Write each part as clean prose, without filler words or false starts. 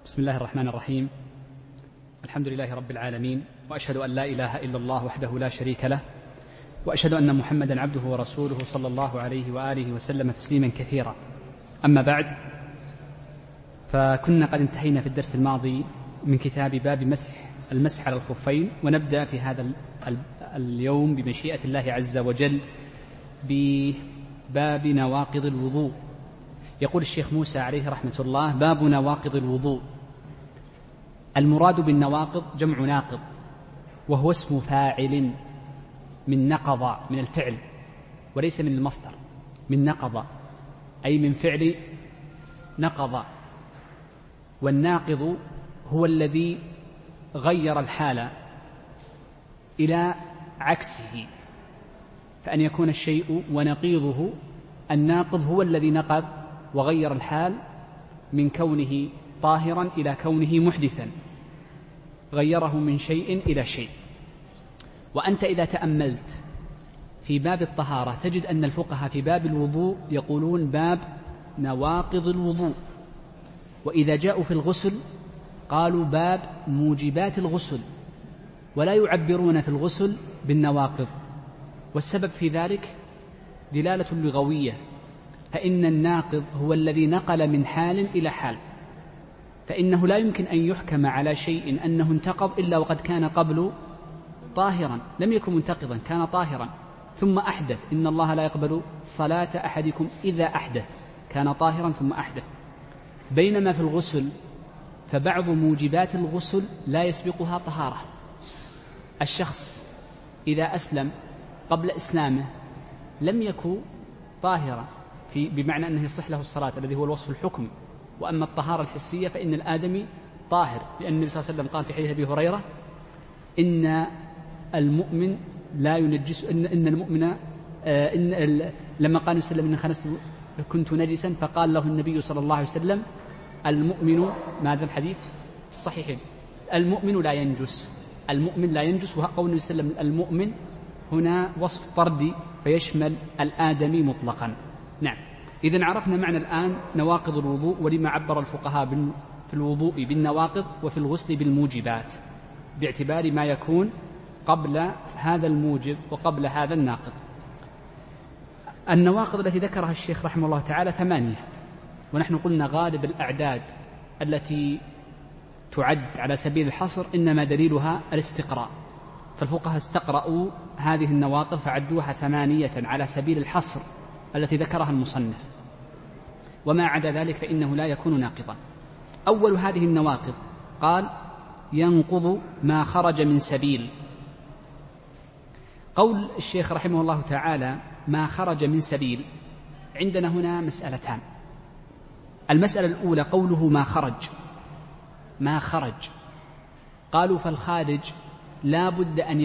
بسم الله الرحمن الرحيم. الحمد لله رب العالمين، وأشهد أن لا إله إلا الله وحده لا شريك له، وأشهد أن محمدا عبده ورسوله صلى الله عليه وآله وسلم تسليما كثيرا. أما بعد، فكنا قد انتهينا في الدرس الماضي من كتاب باب المسح على الخفين، ونبدأ في هذا اليوم بمشيئة الله عز وجل بباب نواقض الوضوء. يقول الشيخ موسى عليه رحمة الله: باب نواقض الوضوء. المراد بالنواقض جمع ناقض، وهو اسم فاعل من نقض، من الفعل وليس من المصدر، من نقض أي من فعل نقض. والناقض هو الذي غير الحال إلى عكسه، فأن يكون الشيء ونقيضه. الناقض هو الذي نقض وغير الحال من كونه طاهرا إلى كونه محدثا، غيره من شيء إلى شيء. وأنت إذا تأملت في باب الطهارة تجد أن الفقهاء في باب الوضوء يقولون باب نواقض الوضوء، وإذا جاءوا في الغسل قالوا باب موجبات الغسل، ولا يعبرون في الغسل بالنواقض. والسبب في ذلك دلالة لغوية، فإن الناقض هو الذي نقل من حال إلى حال، فإنه لا يمكن أن يحكم على شيء أنه انتقض إلا وقد كان قبل طاهرا، لم يكن منتقضا، كان طاهرا ثم أحدث. إن الله لا يقبل صلاة أحدكم إذا أحدث، كان طاهرا ثم أحدث. بينما في الغسل فبعض موجبات الغسل لا يسبقها طهارة. الشخص إذا أسلم قبل إسلامه لم يكن طاهرا، بمعنى أنه يصح له الصلاة الذي هو الوصف الحكمي. وأما الطهارة الحسية فإن الآدمي طاهر، لأن النبي صلى الله عليه وسلم قال في حديث أبي هريرة: إن المؤمن لا ينجس، إن المؤمن لما قال وسلم إن خنست كنت نجسا، فقال له النبي صلى الله عليه وسلم: المؤمن، ماذا الحديث في الصحيحين؟ المؤمن لا ينجس، المؤمن لا ينجس. وقول النبي صلى الله عليه وسلم المؤمن هنا وصف طردي فيشمل الآدمي مطلقا. نعم، إذن عرفنا معنى الآن نواقض الوضوء، ولما عبر الفقهاء في الوضوء بالنواقض وفي الغسل بالموجبات، باعتبار ما يكون قبل هذا الموجب وقبل هذا الناقض. النواقض التي ذكرها الشيخ رحمه الله تعالى 8، ونحن قلنا غالب الأعداد التي تعد على سبيل الحصر إنما دليلها الاستقراء، فالفقهاء استقرأوا هذه النواقض فعدوها 8 على سبيل الحصر التي ذكرها المصنف، وما عدا ذلك فإنه لا يكون ناقضا. أول هذه النواقض قال: ينقض ما خرج من سبيل. قول الشيخ رحمه الله تعالى ما خرج من سبيل، عندنا هنا مسألتان. المسألة الأولى قوله ما خرج، قالوا فالخارج لا بد أن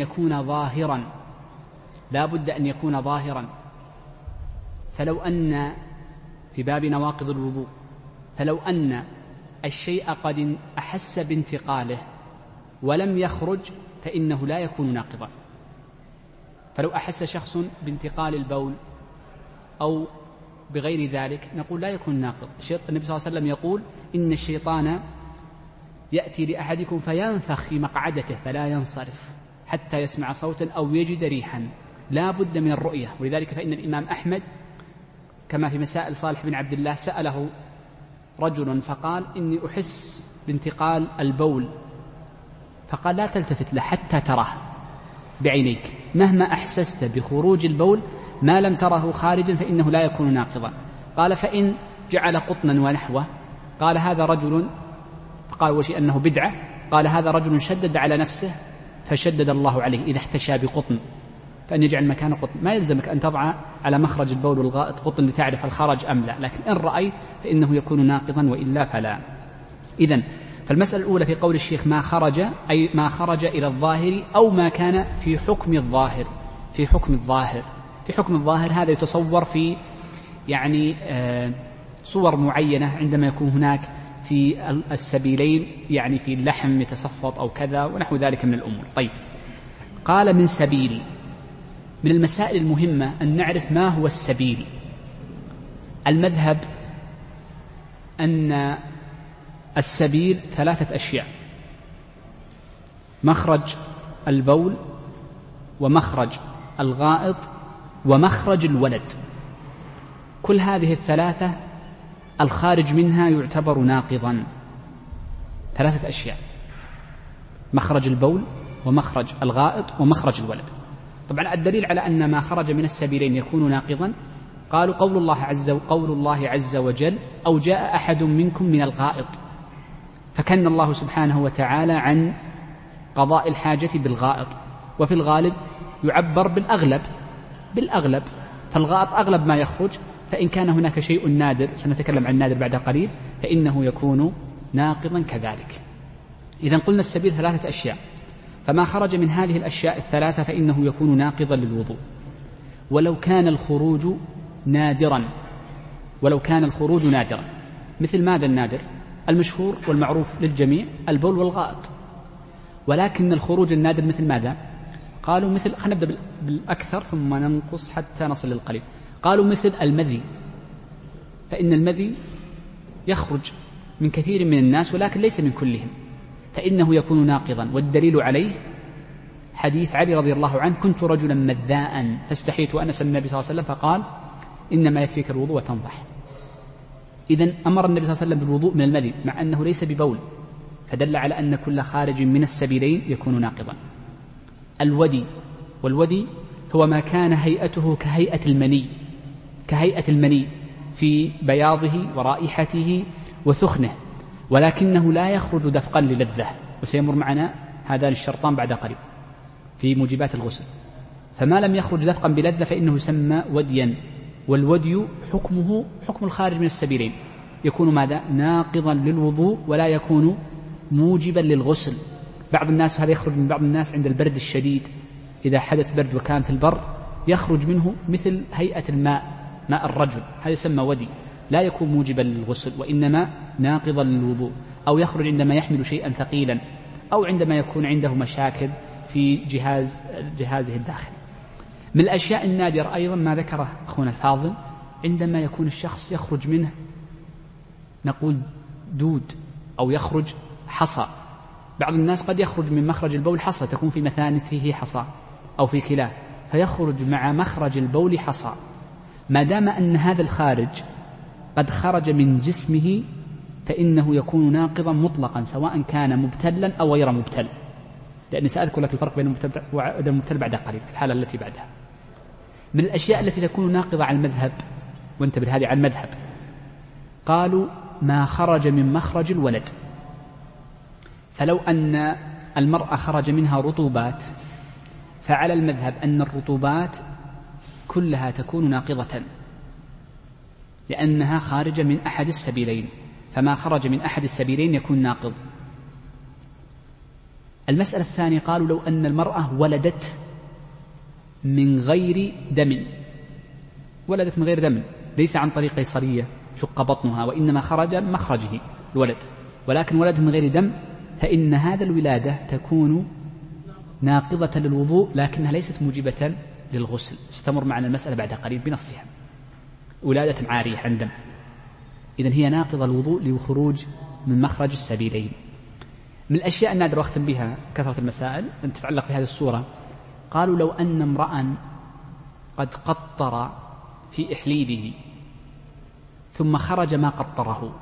يكون ظاهرا، فلو أن في باب نواقض الوضوء، فلو أن الشيء قد أحس بانتقاله ولم يخرج فإنه لا يكون ناقضا. فلو أحس شخص بانتقال البول أو بغير ذلك نقول لا يكون ناقض. النبي صلى الله عليه وسلم يقول: إن الشيطان يأتي لأحدكم فينفخ في مقعدته فلا ينصرف حتى يسمع صوتا أو يجد ريحا. لا بد من الرؤية. ولذلك فإن الإمام أحمد كما في مسائل صالح بن عبد الله سأله رجل فقال: إني أحس بانتقال البول، فقال: لا تلتفت له حتى تراه بعينيك، مهما أحسست بخروج البول ما لم تره خارجا فإنه لا يكون ناقضا. قال: فإن جعل قطنا ونحوه، قال: هذا رجل، قال وشيء أنه بدعة، قال: هذا رجل شدد على نفسه فشدد الله عليه إذا احتشى بقطن، فأن يجعل مكان قطن. ما يلزمك أن تضع على مخرج البول والغائط قطن لتعرف الخرج أم لا، لكن إن رأيت فإنه يكون ناقضا وإلا فلا. إذن فالمسألة الأولى في قول الشيخ ما خرج، أي ما خرج إلى الظاهر أو ما كان في حكم الظاهر. في حكم الظاهر هذا يتصور في يعني صور معينة، عندما يكون هناك في السبيلين، يعني في اللحم يتصفط أو كذا ونحو ذلك من الأمور. طيب، قال من سبيل. من المسائل المهمة أن نعرف ما هو السبيل. المذهب أن السبيل 3 أشياء: مخرج البول، ومخرج الغائط، ومخرج الولد. كل هذه ال3 الخارج منها يعتبر ناقضا. 3 أشياء: مخرج البول، ومخرج الغائط، ومخرج الولد. طبعا الدليل على أن ما خرج من السبيلين يكون ناقضا قالوا قول الله عز وجل: أو جاء أحد منكم من الغائط، فكن الله سبحانه وتعالى عن قضاء الحاجة بالغائط. وفي الغالب يعبر بالأغلب، فالغائط أغلب ما يخرج، فإن كان هناك شيء نادر، سنتكلم عن النادر بعد قليل، فإنه يكون ناقضا كذلك. إذن قلنا السبيل 3 أشياء، فما خرج من هذه الأشياء ال3 فإنه يكون ناقضا للوضوء، ولو كان الخروج نادرا. مثل ماذا النادر؟ المشهور والمعروف للجميع البول والغائط. ولكن الخروج النادر مثل ماذا؟ قالوا مثل، خلينا نبدأ بالأكثر ثم ننقص حتى نصل للقليل. قالوا مثل المذي، فإن المذي يخرج من كثير من الناس ولكن ليس من كلهم، فإنه يكون ناقضا. والدليل عليه حديث علي رضي الله عنه: كنت رجلا مذاء فاستحيت أن أسأل النبي صلى الله عليه وسلم فقال: إنما يكفيك الوضوء وتنضح. إذن أمر النبي صلى الله عليه وسلم بالوضوء من المذي مع أنه ليس ببول، فدل على أن كل خارج من السبيلين يكون ناقضا. والودي هو ما كان هيئته كهيئة المني في بياضه ورائحته وثخنه، ولكنه لا يخرج دفقا للذة، وسيمر معنا هذان الشرطان بعد قريب في موجبات الغسل. فما لم يخرج دفقا بلذة فإنه يسمى وديا. والودي حكمه حكم الخارج من السبيلين، يكون ماذا؟ ناقضا للوضوء ولا يكون موجبا للغسل. بعض الناس، هذا يخرج من بعض الناس عند البرد الشديد، إذا حدث برد وكان في البر يخرج منه مثل هيئة ماء الرجل، هذا يسمى ودي، لا يكون موجبا للغسل وإنما ناقضا للوضوء. أو يخرج عندما يحمل شيئا ثقيلا، أو عندما يكون عنده مشاكل في جهازه الداخلي. من الأشياء النادرة أيضا ما ذكره أخونا الفاضل، عندما يكون الشخص يخرج منه نقول دود أو يخرج حصى. بعض الناس قد يخرج من مخرج البول حصى، تكون في مثانته حصى أو في كلاه، فيخرج مع مخرج البول حصى. ما دام أن هذا الخارج قد خرج من جسمه فإنه يكون ناقضا مطلقا، سواء كان مبتلا أو غير مبتل، لأني سأذكر لك الفرق بين المبتل بعد قليل، الحالة التي بعدها. من الأشياء التي تكون ناقضة على المذهب، وانتبه هذه على المذهب، قالوا ما خرج من مخرج الولد. فلو أن المرأة خرج منها رطوبات، فعلى المذهب أن الرطوبات كلها تكون ناقضة، لأنها خارجة من أحد السبيلين، فما خرج من أحد السبيلين يكون ناقض. المسألة الثانية، قالوا لو أن المرأة ولدت من غير دم، ليس عن طريق قيصرية شق بطنها، وإنما خرج مخرجه الولد، ولكن ولد من غير دم، فإن هذا الولادة تكون ناقضة للوضوء، لكنها ليست موجبة للغسل. استمر معنا المسألة بعد قليل بنصها. ولادة عارية عن دم، إذن هي ناقضة الوضوء لخروج من مخرج السبيلين. من الأشياء النادرة واختم بها كثرة المسائل أن تتعلق بهذه الصورة، قالوا لو أن امرأ قد قطر في إحليله ثم خرج ما قطره،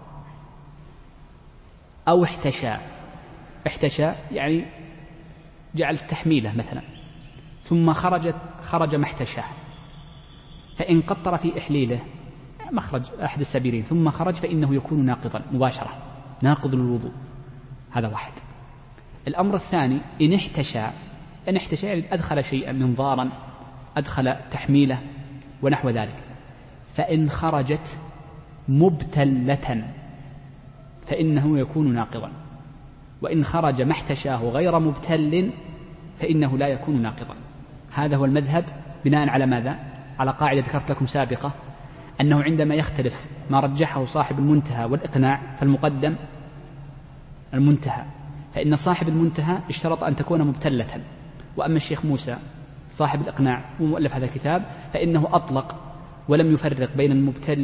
أو احتشى يعني جعل تحميله مثلا، ثم خرج ما احتشاه، فإن قطر في إحليله مخرج أحد السبيلين ثم خرج فإنه يكون ناقضا مباشرة، ناقض للوضوء. هذا واحد. الأمر الثاني، إن احتشى يعني أدخل شيئا منظارا، أدخل تحميله ونحو ذلك، فإن خرجت مبتلة فإنه يكون ناقضا، وإن خرج ما احتشاه غير مبتل فإنه لا يكون ناقضا. هذا هو المذهب بناء على ماذا؟ على قاعدة ذكرت لكم سابقة، أنه عندما يختلف ما رجحه صاحب المنتهى والإقناع فالمقدم المنتهى، فإن صاحب المنتهى اشترط أن تكون مبتلة، وأما الشيخ موسى صاحب الإقناع ومؤلف هذا الكتاب فإنه أطلق ولم يفرق بين المبتل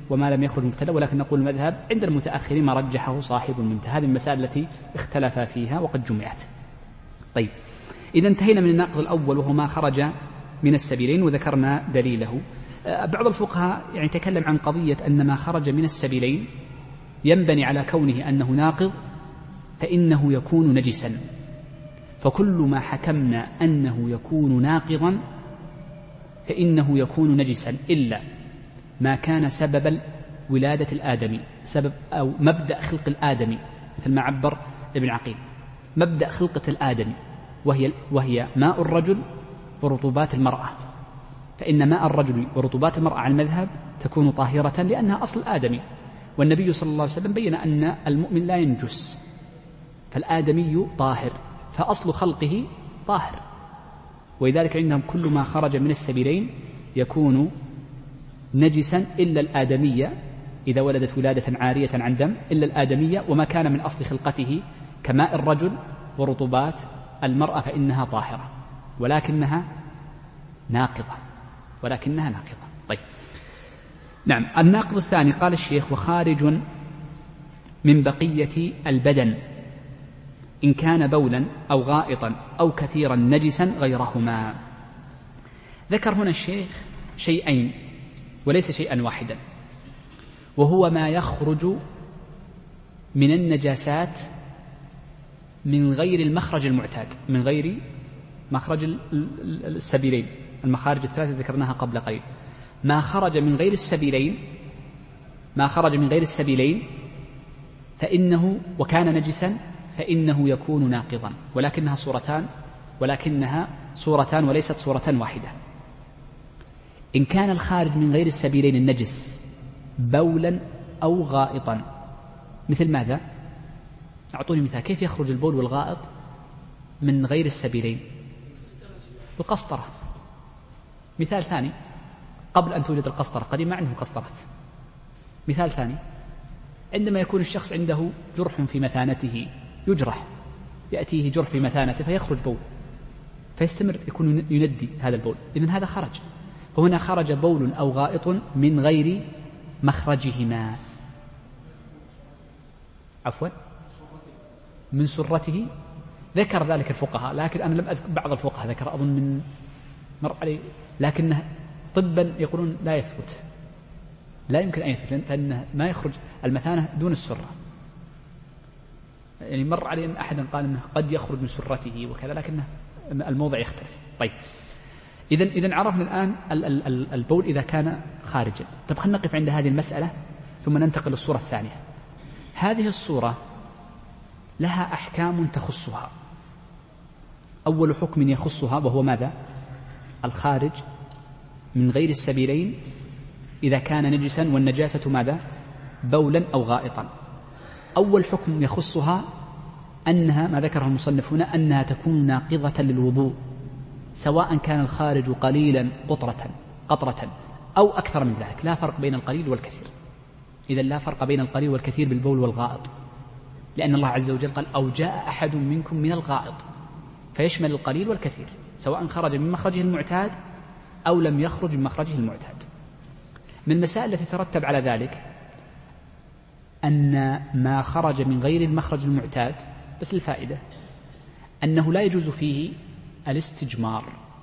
وما لم يخرج مبتدأ، ولكن نقول المذهب عند المتأخرين ما رجحه صاحب المنتهى. هذه المسائل التي اختلف فيها وقد جمعت. طيب، إذا انتهينا من الناقض الأول وهو ما خرج من السبيلين وذكرنا دليله. بعض الفقهاء يعني تكلم عن قضية أن ما خرج من السبيلين ينبني على كونه أنه ناقض فإنه يكون نجسا، فكل ما حكمنا أنه يكون ناقضا فإنه يكون نجسا إلا ما كان سبب ولادة الآدمي، سبب أو مبدأ خلق الآدمي، مثل ما عبر ابن عقيل مبدأ خلقة الآدمي وهي ماء الرجل ورطوبات المرأة، فإن ماء الرجل ورطوبات المرأة على المذهب تكون طاهرة لأنها أصل آدمي، والنبي صلى الله عليه وسلم بين أن المؤمن لا ينجس، فالآدمي طاهر، فأصل خلقه طاهر، ولذلك عندهم كل ما خرج من السبيلين يكون نجسا إلا الآدمية إذا ولدت ولادة عارية عن دم، إلا الآدمية وما كان من أصل خلقته كماء الرجل ورطوبات المرأة فإنها طاهرة ولكنها ناقضة. طيب، نعم. الناقض الثاني قال الشيخ: وخارج من بقية البدن إن كان بولا أو غائطا أو كثيرا نجسا غيرهما. ذكر هنا الشيخ شيئين وليس شيئا واحدا، وهو ما يخرج من النجاسات من غير المخرج المعتاد، من غير مخرج السبيلين، المخارج الثلاثة ذكرناها قبل قليل. ما خرج من غير السبيلين فإنه وكان نجسا فإنه يكون ناقضا، ولكنها صورتان وليست صورة واحدة. إن كان الخارج من غير السبيلين النجس بولا أو غائطا، مثل ماذا؟ أعطوني مثال، كيف يخرج البول والغائط من غير السبيلين؟ القسطرة. مثال ثاني، قبل أن توجد القسطرة قديم ما عندهم قسطرات. مثال ثاني، عندما يكون الشخص عنده جرح في مثانته، يجرح، يأتيه جرح في مثانته فيخرج بول فيستمر يكون يندي هذا البول، إذن هذا خرج. فهنا خرج بول أو غائط من غير مخرجهما، من سرته. ذكر ذلك الفقهاء، لكن أنا لم أذكر، بعض الفقهاء ذكر أظن من مر عليه، لكنه طبا يقولون لا يثبت، لا يمكن أن يثبت، فإنه ما يخرج المثانة دون السرة. يعني مر علي أن أحدا قال أنه قد يخرج من سرته وكذا، لكنه الموضع يختلف. طيب، إذن عرفنا الآن البول إذا كان خارجا. طيب، خلينا نقف عند هذه المسألة ثم ننتقل للصورة الثانية. هذه الصورة لها أحكام تخصها. أول حكم يخصها وهو ماذا؟ الخارج من غير السبيلين إذا كان نجسا، والنجاسة ماذا؟ بولا أو غائطا. أول حكم يخصها أنها، ما ذكره المصنف هنا، أنها تكون ناقضة للوضوء، سواء كان الخارج قليلا قطرة أو أكثر من ذلك، لا فرق بين القليل والكثير. إذا لا فرق بين القليل والكثير بالبول والغائط، لأن الله عز وجل قال: أو جاء أحد منكم من الغائط، فيشمل القليل والكثير، سواء خرج من مخرجه المعتاد أو لم يخرج من مخرجه المعتاد. من المسائل التي ترتب على ذلك أن ما خرج من غير المخرج المعتاد، بس الفائدة أنه لا يجوز فيه الاستجمار،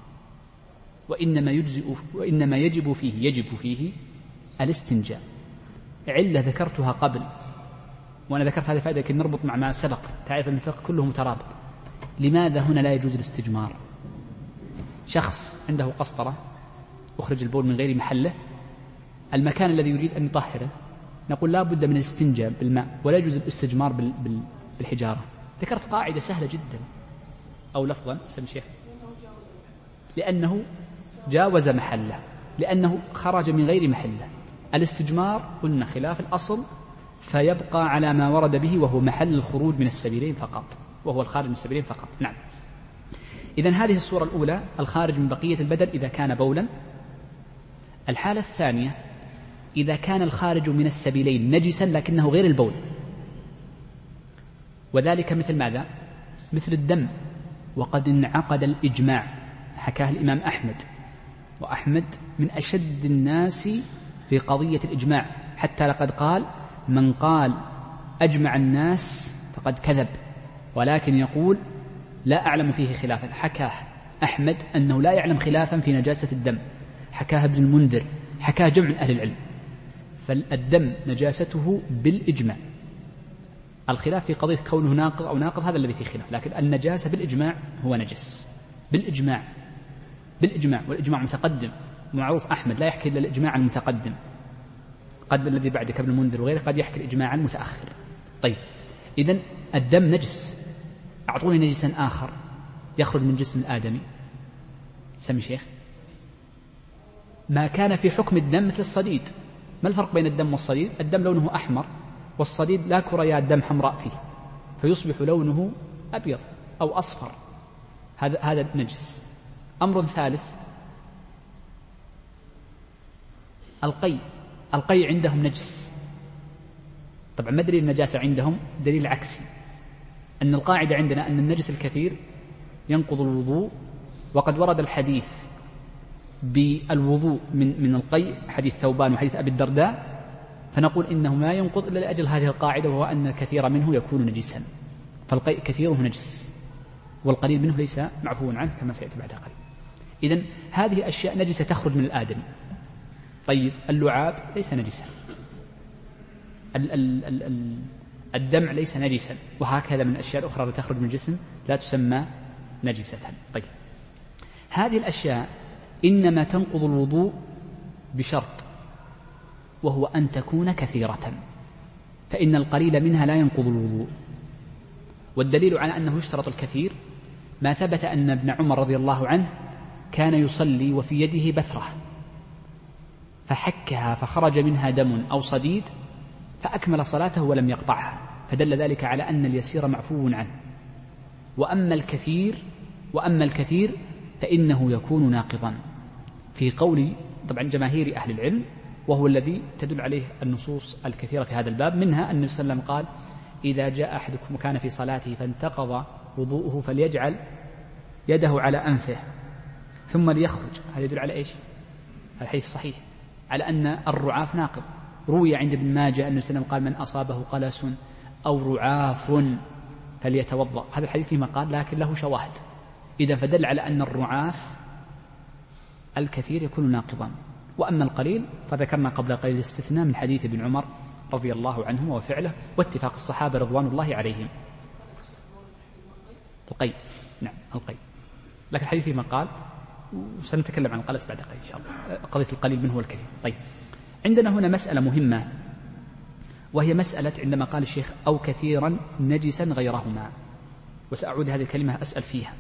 وإنما يجب فيه الاستنجاء. علة ذكرتها قبل، وأنا ذكرت هذه الفائدة لكن نربط مع ما سبق، تعرف أن الفقه كله مترابط. لماذا هنا لا يجوز الاستجمار؟ شخص عنده قسطرة، أخرج البول من غير محله، المكان الذي يريد أن يطهره، نقول لا بد من الاستنجاء بالماء، ولا يجوز الاستجمار بالحجارة. ذكرت قاعدة سهلة جدا، أو لفظا سم شيخ، لأنه جاوز محله، لأنه خرج من غير محله. الاستجمار قلنا خلاف الأصل، فيبقى على ما ورد به، وهو محل الخروج من السبيلين فقط، وهو الخارج من السبيلين فقط. نعم. إذن هذه الصورة الأولى، الخارج من بقية البدن إذا كان بولا. الحالة الثانية إذا كان الخارج من السبيلين نجسا لكنه غير البول، وذلك مثل ماذا؟ مثل الدم. وقد انعقد الإجماع، حكاه الإمام أحمد، وأحمد من أشد الناس في قضية الإجماع، حتى لقد قال: من قال أجمع الناس فقد كذب، ولكن يقول لا أعلم فيه خلافا. حكاه أحمد أنه لا يعلم خلافا في نجاسة الدم، حكاه ابن المنذر، حكاه جمع من أهل العلم. فالدم نجاسته بالإجماع. الخلاف في قضية كونه ناقض أو ناقض هذا الذي فيه خلاف، لكن النجاسة بالإجماع هو نجس بالإجماع. والإجماع متقدم، معروف أحمد لا يحكي إلا الإجماع المتقدم، قد الذي بعدك ابن المنذر وغيره قد يحكي الإجماع المتأخر. طيب، إذن الدم نجس. أعطوني نجسا آخر يخرج من جسم الآدمي. سمي شيخ. ما كان في حكم الدم مثل الصديد. ما الفرق بين الدم والصديد؟ الدم لونه أحمر، والصديد لا كريات دم حمراء فيه، فيصبح لونه أبيض أو أصفر. هذا نجس. أمر ثالث: القيء عندهم نجس. طبعا ما دليل النجاسة عندهم؟ دليل عكسي، أن القاعدة عندنا أن النجس الكثير ينقض الوضوء، وقد ورد الحديث بالوضوء من القيء، حديث ثوبان وحديث أبي الدرداء، فنقول إنه لا ينقض إلا لأجل هذه القاعدة، وهو أن الكثير منه يكون نجسا. فالقيء كثيره نجس، والقليل منه ليس معفو عنه كما سيأتي بعد قليل. إذن هذه أشياء نجسة تخرج من الآدم. طيب، اللعاب ليس نجسا، الدمع ليس نجسا، وهكذا من الأشياء الأخرى التي تخرج من الجسم لا تسمى نجسة. طيب، هذه الأشياء إنما تنقض الوضوء بشرط، وهو أن تكون كثيرة، فإن القليل منها لا ينقض الوضوء. والدليل على أنه يشترط الكثير ما ثبت أن ابن عمر رضي الله عنه كان يصلي وفي يده بثرة، فحكها فخرج منها دم أو صديد، فأكمل صلاته ولم يقطعها، فدل ذلك على أن اليسير معفو عنه. وأما الكثير فإنه يكون ناقضا، في قول طبعا جماهير أهل العلم، وهو الذي تدل عليه النصوص الكثيرة في هذا الباب. منها أن النبي صلى الله عليه وسلم قال: إذا جاء أحدكم وكان في صلاته فانتقض وضوءه فليجعل يده على أنفه ثم ليخرج. هذا يدل على إيش؟ الحديث صحيح على أن الرعاف ناقض. روي عند ابن ماجه أن النبي صلى الله عليه وسلم قال: من أصابه قلس أو رعاف فليتوضأ. هذا الحديث فيه مقال لكن له شواهد. إذا فدل على أن الرعاف الكثير يكون ناقضا. وأما القليل فذكرنا قبل قليل الاستثناء من حديث ابن عمر رضي الله عنهما وفعله واتفاق الصحابة رضوان الله عليهم. القيء، نعم القيء، لكن الحديث فيه مقال وسنتكلم عن القلس بعد قليل إن شاء الله. قضية القليل من هو الكثير. طيب، عندنا هنا مسألة مهمة، وهي مسألة عندما قال الشيخ: أو كثيرا نجسا غيرهما، وسأعود هذه الكلمة أسأل فيها.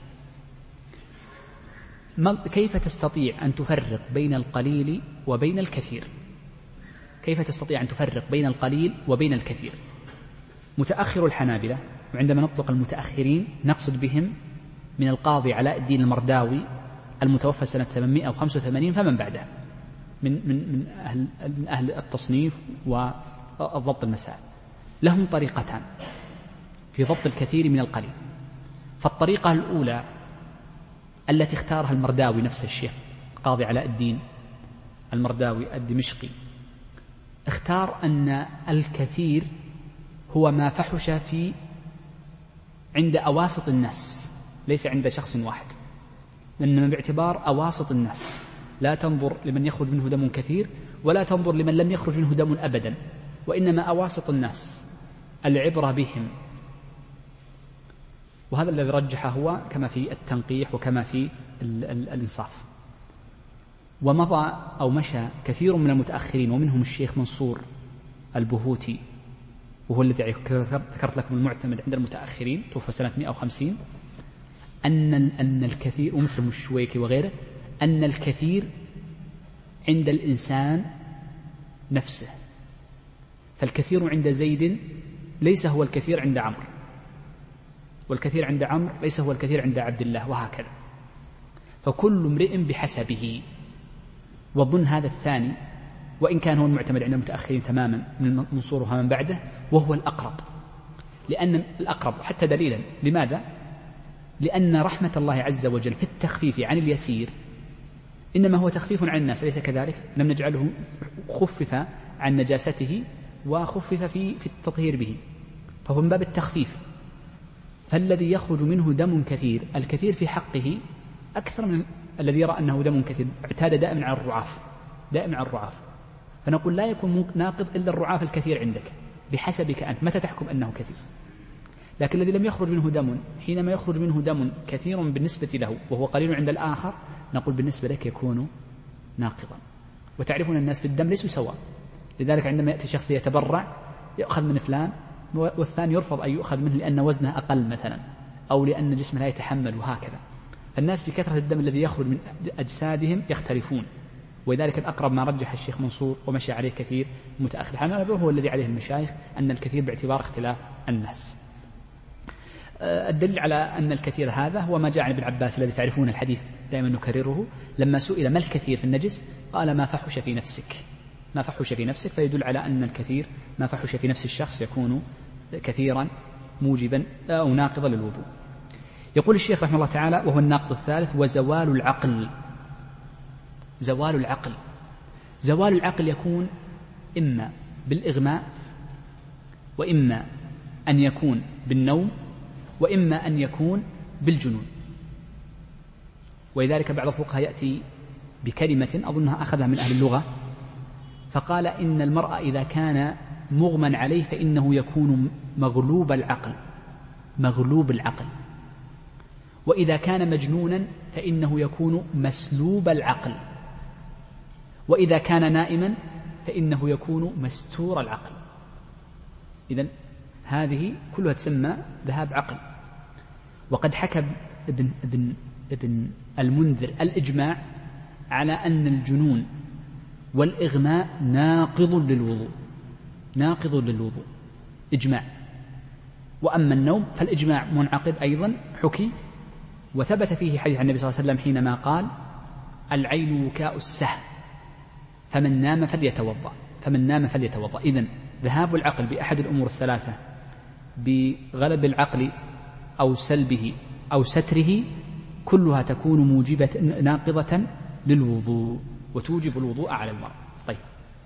كيف تستطيع أن تفرق بين القليل وبين الكثير؟ كيف تستطيع أن تفرق بين القليل وبين الكثير؟ متأخر الحنابلة، وعندما نطلق المتأخرين نقصد بهم من القاضي علاء الدين المرداوي المتوفى سنة 885 فمن بعده من أهل التصنيف وضبط المسائل، لهم طريقتان في ضبط الكثير من القليل. فالطريقة الأولى التي اختارها المرداوي نفس الشيخ قاضي علاء الدين المرداوي الدمشقي، اختار أن الكثير هو ما فحش في عند أواسط الناس، ليس عند شخص واحد، لأنما باعتبار أواسط الناس، لا تنظر لمن يخرج منه دم كثير ولا تنظر لمن لم يخرج منه دم أبدا، وإنما أواسط الناس العبرة بهم. وهذا الذي رجح هو كما في التنقيح وكما في الإنصاف. ومضى أو مشى كثير من المتأخرين ومنهم الشيخ منصور البهوتي، وهو الذي ذكرت لكم المعتمد عند المتأخرين، توفى سنة 150، أن الكثير، ومثل الشويكي وغيره، أن الكثير عند الإنسان نفسه، فالكثير عند زيد ليس هو الكثير عند عمرو، والكثير عند عمرو ليس هو الكثير عند عبد الله، وهكذا. فكل امرئ بحسبه. وظن هذا الثاني، وإن كان هو المعتمد عند المتأخرين تماما من منصورها من بعده، وهو الأقرب، لأن الأقرب حتى دليلا. لماذا؟ لأن رحمة الله عز وجل في التخفيف عن اليسير إنما هو تخفيف عن الناس، ليس كذلك؟ لم نجعله خفف عن نجاسته وخفف في التطهير به، فهو من باب التخفيف. فالذي يخرج منه دم كثير، الكثير في حقه أكثر من الذي يرى أنه دم كثير، اعتاد دائما على الرعاف، فنقول لا يكون ناقض إلا الرعاف الكثير عندك بحسبك أنت متى تحكم أنه كثير. لكن الذي لم يخرج منه دم، حينما يخرج منه دم كثير بالنسبة له وهو قليل عند الآخر، نقول بالنسبة لك يكون ناقضا. وتعرفون الناس في الدم ليسوا سواء، لذلك عندما يأتي شخص يتبرع يأخذ من فلان والثاني يرفض أن يؤخذ منه لأن وزنه أقل مثلا، أو لأن جسمه لا يتحمل، وهكذا. فالناس في كثرة الدم الذي يخرج من أجسادهم يختلفون، ولذلك الأقرب ما رجح الشيخ منصور ومشى عليه كثير متأخر الحنابلة هو الذي عليه المشايخ، أن الكثير باعتبار اختلاف الناس. الدليل على أن الكثير هذا هو ما جاء عن ابن عباس الذي تعرفون الحديث دائما نكرره، لما سئل ما الكثير في النجس قال ما فحش في نفسك، فيدل على أن الكثير ما فحش في نفس الشخص يكون كثيرا موجبا أو ناقضا للوضوء. يقول الشيخ رحمه الله تعالى: وهو الناقض الثالث وزوال العقل. زوال العقل يكون إما بالإغماء، وإما أن يكون بالنوم، وإما أن يكون بالجنون. ولذلك بعض الفقهاء يأتي بكلمة أظنها أخذها من أهل اللغة، فقال إن المرء إذا كان مغمى عليه فإنه يكون مغلوب العقل، وإذا كان مجنونا فإنه يكون مسلوب العقل، وإذا كان نائما فإنه يكون مستور العقل. إذن هذه كلها تسمى ذهاب عقل. وقد حكى ابن المنذر الإجماع على أن الجنون والإغماء ناقض للوضوء إجماع. وأما النوم فالإجماع منعقد أيضا حكي، وثبت فيه حديث عن النبي صلى الله عليه وسلم حينما قال: العين وكاء السهم فمن نام فليتوضأ. إذن ذهاب العقل بأحد الأمور الثلاثة بغلب العقل أو سلبه أو ستره كلها تكون موجبة ناقضة للوضوء وتوجب الوضوء على المرء. طيب،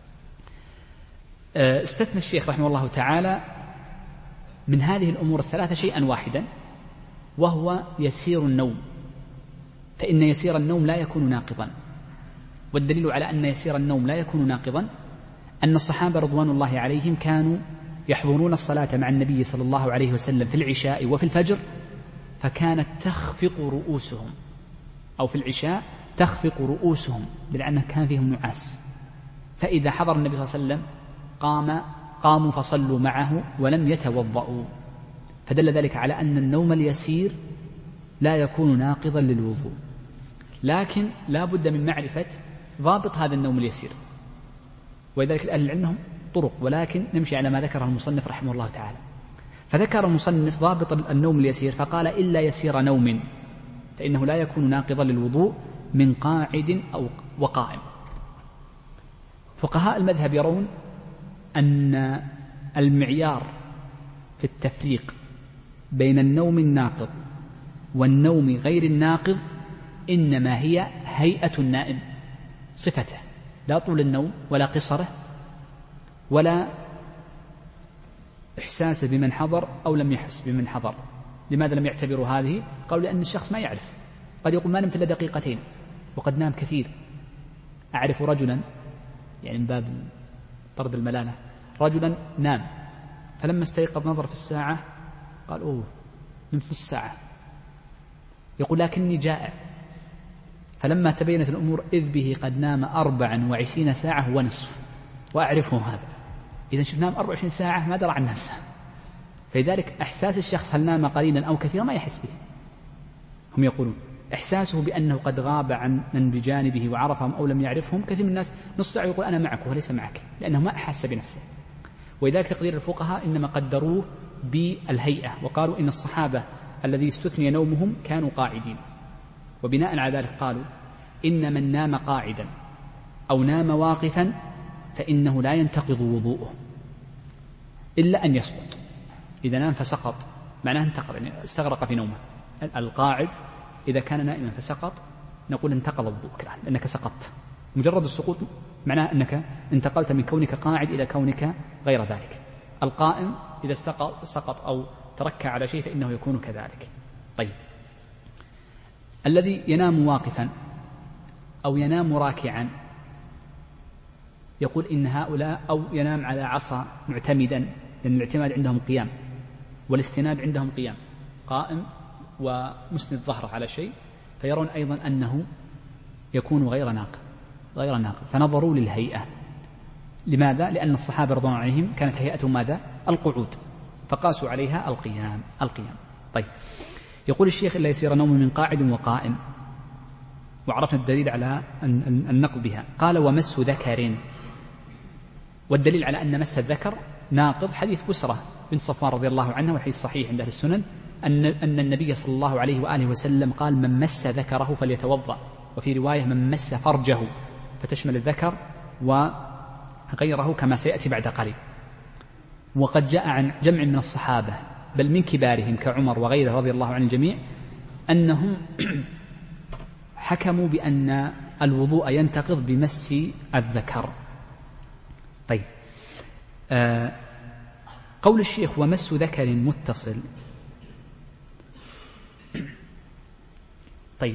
استثنى الشيخ رحمه الله تعالى من هذه الأمور الثلاثة شيئا واحدا، وهو يسير النوم، فإن يسير النوم لا يكون ناقضا. والدليل على أن يسير النوم لا يكون ناقضا أن الصحابة رضوان الله عليهم كانوا يحضرون الصلاة مع النبي صلى الله عليه وسلم في العشاء وفي الفجر، فكانت تخفق رؤوسهم، أو في العشاء تخفق رؤوسهم لأنه كان فيهم نعاس، فإذا حضر النبي صلى الله عليه وسلم قاموا فصلوا معه ولم يتوضأوا، فدل ذلك على أن النوم اليسير لا يكون ناقضا للوضوء. لكن لا بد من معرفة ضابط هذا النوم اليسير، ولذلك أهل العلم لهم طرق، ولكن نمشي على ما ذكره المصنف رحمه الله تعالى. فذكر المصنف ضابط النوم اليسير فقال: إلا يسير نوم فإنه لا يكون ناقضا للوضوء من قاعد أو وقائم. فقهاء المذهب يرون أن المعيار في التفريق بين النوم الناقض والنوم غير الناقض إنما هي هيئة النائم، صفته، لا طول النوم ولا قصره ولا إحساسه بمن حضر أو لم يحس بمن حضر. لماذا لم يعتبروا هذه؟ قالوا لأن الشخص ما يعرف، قد يقول ما نمت إلا دقيقتين وقد نام كثير. أعرف رجلا، يعني من باب طرد الملالة، رجلا نام فلما استيقظ نظر في الساعة قال: أوه نمت نص ساعة. يقول: لكني جائع. فلما تبينت الأمور إذ به قد نام 24 ساعة ونصف، وأعرفه هذا. إذا شوف نام 24 ساعة ما درى عن الناس. فلذلك إحساس الشخص هل نام قليلا أو كثيرا ما يحس به. هم يقولون إحساسه بأنه قد غاب عن من بجانبه وعرفهم أو لم يعرفهم. كثير من الناس نص ساعة يقول أنا معك وليس معك، لأنه ما أحس بنفسه. ولذلك تقدير الفقهاء إنما قدروه بالهيئة، وقالوا إن الصحابة الذي استثني نومهم كانوا قاعدين، وبناء على ذلك قالوا إن من نام قاعدا أو نام واقفا فإنه لا ينتقض وضوءه إلا أن يسقط. إذا نام فسقط معناه انتقض، يعني استغرق في نومه. القاعد إذا كان نائما فسقط نقول انتقض وضوءك لأنك سقطت، مجرد السقوط معناه أنك انتقلت من كونك قاعد إلى كونك غير ذلك. القائم إذا سقط أو تركع على شيء فإنه يكون كذلك. طيب، الذي ينام واقفا أو ينام راكعا يقول إن هؤلاء، أو ينام على عصا معتمدا، لأن الاعتماد عندهم قيام والاستناد عندهم قيام، قائم ومسند ظهره على شيء، فيرون أيضا أنه يكون غير ناقض. فنظروا للهيئة. لماذا؟ لأن الصحابة رضوان الله عليهم كانت هيئتهم ماذا؟ القعود، فقاسوا عليها القيام. طيب، يقول الشيخ إلا يسير نوم من قاعد وقائم، وعرفنا الدليل على النقض بها. قال ومس ذكر، والدليل على أن مس الذكر ناقض حديث بسرة بنت صفوان رضي الله عنها، والحديث صحيح عند أهل السنن، أن النبي صلى الله عليه وآله وسلم قال من مس ذكره فليتوضأ، وفي رواية من مس فرجه، فتشمل الذكر وغيره كما سيأتي بعد قليل. وقد جاء عن جمع من الصحابة بل من كبارهم كعمر وغيره رضي الله عن الجميع أنهم حكموا بأن الوضوء ينتقض بمس الذكر. طيب، قول الشيخ ومس ذكر متصل. طيب،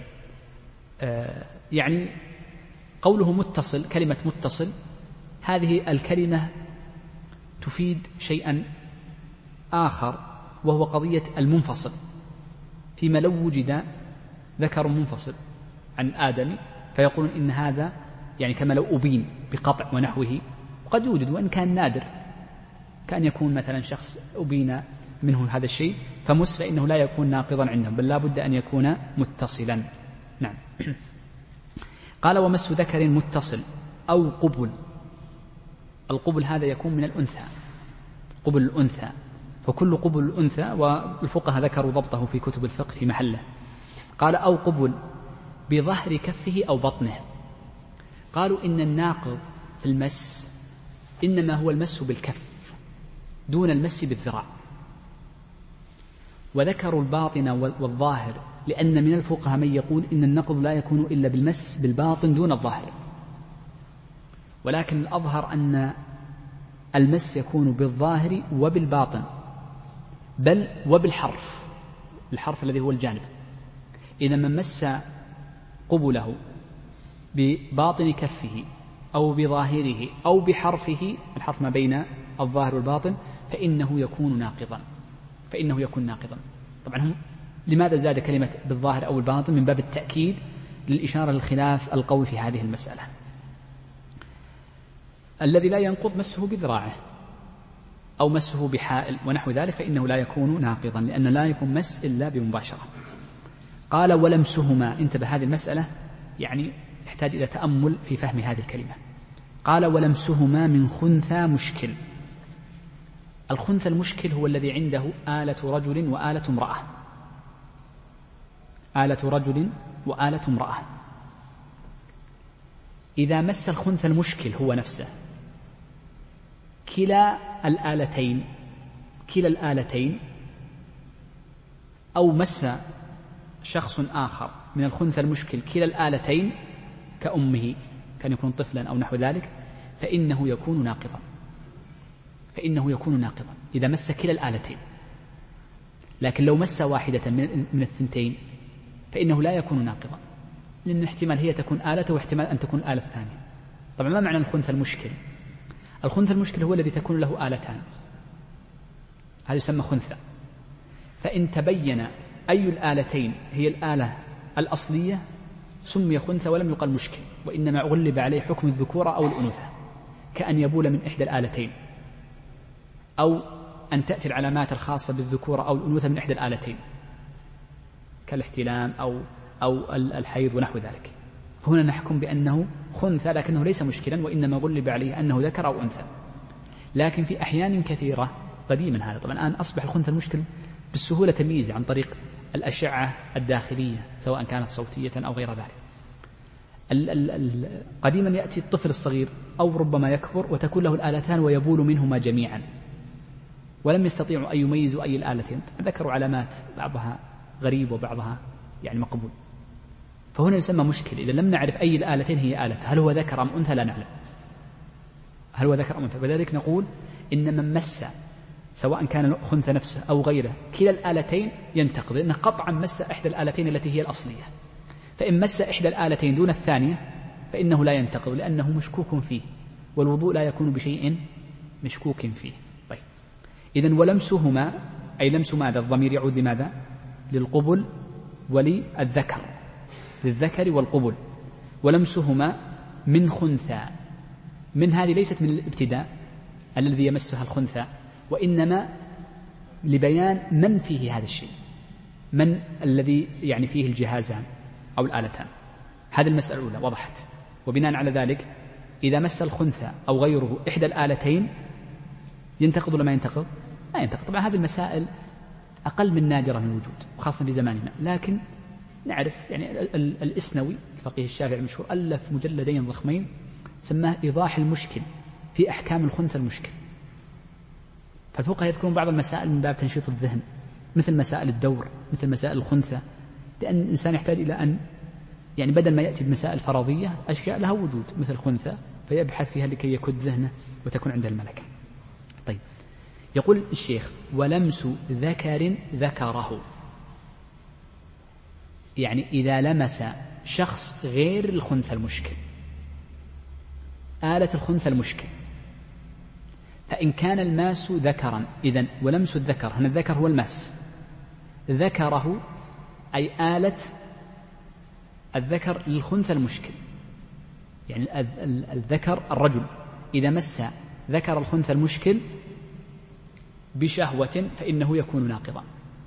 يعني قوله متصل، كلمة متصل هذه الكلمة تفيد شيئا آخر، وهو قضية المنفصل، فيما لو وجد ذكر منفصل عن آدم فيقولون إن هذا يعني كما لو أبين بقطع ونحوه، وقد يوجد وإن كان نادر، كأن يكون مثلا شخص أبين منه هذا الشيء فمس، فإنه لا يكون ناقضا عندهم، بل لا بد أن يكون متصلا. نعم. قال ومس ذكر متصل أو قبل. القبل هذا يكون من الأنثى، قبل الأنثى، فكل قبل الأنثى، والفقهاء ذكروا ضبطه في كتب الفقه في محله. قال أو قبل بظهر كفه أو بطنه. قالوا إن الناقض في المس إنما هو المس بالكف دون المس بالذراع، وذكروا الباطن والظاهر، لأن من الفقهاء من يقول إن النقض لا يكون إلا بالمس بالباطن دون الظاهر، ولكن الأظهر أن المس يكون بالظاهر وبالباطن، بل وبالحرف، الحرف الذي هو الجانب. إذا من مس قبله بباطن كفه أو بظاهره أو بحرفه، الحرف ما بين الظاهر والباطن، فإنه يكون ناقضا. طبعا هم لماذا زاد كلمة بالظاهر أو الباطن؟ من باب التأكيد للإشارة للخلاف القوي في هذه المسألة. الذي لا ينقض مسه بذراعه أو مسه بحائل ونحو ذلك فإنه لا يكون ناقضا، لأن لا يكون مس إلا بمباشرة. قال ولمسهما. انتبه، هذه المسألة يعني يحتاج إلى تأمل في فهم هذه الكلمة. قال ولمسهما من خنثى مشكل. الخنثى المشكل هو الذي عنده آلة رجل وآلة امرأة، آلة رجل وآلة امرأة. إذا مس الخنثى المشكل هو نفسه كلا الآلتين، أو مس شخص آخر من الخنثى المشكل كلا الآلتين كأمه، كان يكون طفلا أو نحو ذلك، فإنه يكون ناقضا إذا مس كلا الآلتين. لكن لو مس واحدة من الثنتين فإنه لا يكون ناقضا، لأن احتمال هي تكون آلته واحتمال أن تكون آلة ثانية. طبعا ما معنى الخنثى المشكل؟ الخنثى المشكل هو الذي تكون له آلتان، هذا يسمى خنثى. فإن تبين أي الآلتين هي الآلة الأصلية سمي خنثى ولم يقل مشكل، وإنما غلب عليه حكم الذكورة أو الأنوثة، كأن يبول من إحدى الآلتين، أو أن تأتي العلامات الخاصة بالذكورة أو الأنوثة من إحدى الآلتين كالاحتلام أو الحيض ونحو ذلك. هنا نحكم بأنه خنثى لكنه ليس مشكلا، وإنما غلب عليه أنه ذكر أو أنثى. لكن في أحيان كثيرة قديما هذا، طبعا الآن أصبح الخنثى المشكل بالسهولة تمييزه عن طريق الأشعة الداخلية سواء كانت صوتية أو غير ذلك. قديما يأتي الطفل الصغير أو ربما يكبر وتكون له الآلتان ويبول منهما جميعا، ولم يستطيعوا أن يميزوا أي الآلتين، ذكروا علامات بعضها غريب وبعضها يعني مقبول. فهنا يسمى مشكل إذا لم نعرف أي الآلتين هي آلة، هل هو ذكر أم أنثى لا نعلم. هل هو ذكر أم أنثى. وذلك نقول إن من مس سواء كان الخنثى نفسه أو غيره كلا الآلتين ينتقض، لأنه قطعا مس إحدى الآلتين التي هي الأصلية. فإن مس إحدى الآلتين دون الثانية فإنه لا ينتقض لأنه مشكوك فيه، والوضوء لا يكون بشيء مشكوك فيه. طيب إذن ولمسهما أي لمس ماذا؟ الضمير يعود لماذا؟ للقبل وللذكر، للذكر والقبل. ولمسهما من خنثى، من هذه ليست من الابتداء الذي يمسها الخنثى، وإنما لبيان من فيه هذا الشيء، من الذي يعني فيه الجهازان أو الآلتان. هذه المسألة الأولى وضحت. وبناء على ذلك إذا مس الخنثى أو غيره إحدى الآلتين ينتقض ولا ما ينتقض؟ ما ينتقض. طبعا هذه المسائل أقل من نادرة من الوجود خاصة في زماننا، لكن نعرف يعني الإسنوي الفقيه الشافعي المشهور ألف مجلدين ضخمين سماه إيضاح المشكل في أحكام الخنثى المشكل. فالفقهاء يذكرون بعض المسائل من باب تنشيط الذهن، مثل مسائل الدور، مثل مسائل الخنثى، لأن الإنسان يحتاج إلى أن يعني بدل ما يأتي بمسائل فرضية أشياء لها وجود مثل خنثى فيبحث فيها لكي يكد ذهنه وتكون عنده الملكة. طيب يقول الشيخ ولمس ذكر ذكره، يعني إذا لمس شخص غير الخنثى المشكل آلة الخنثى المشكل، فإن كان الماس ذكرا إذن ولمس الذكر، هنا الذكر هو المس، ذكره أي آلة الذكر للخنثى المشكل، يعني الذكر الرجل إذا مس ذكر الخنثى المشكل بشهوة فإنه يكون ناقضا.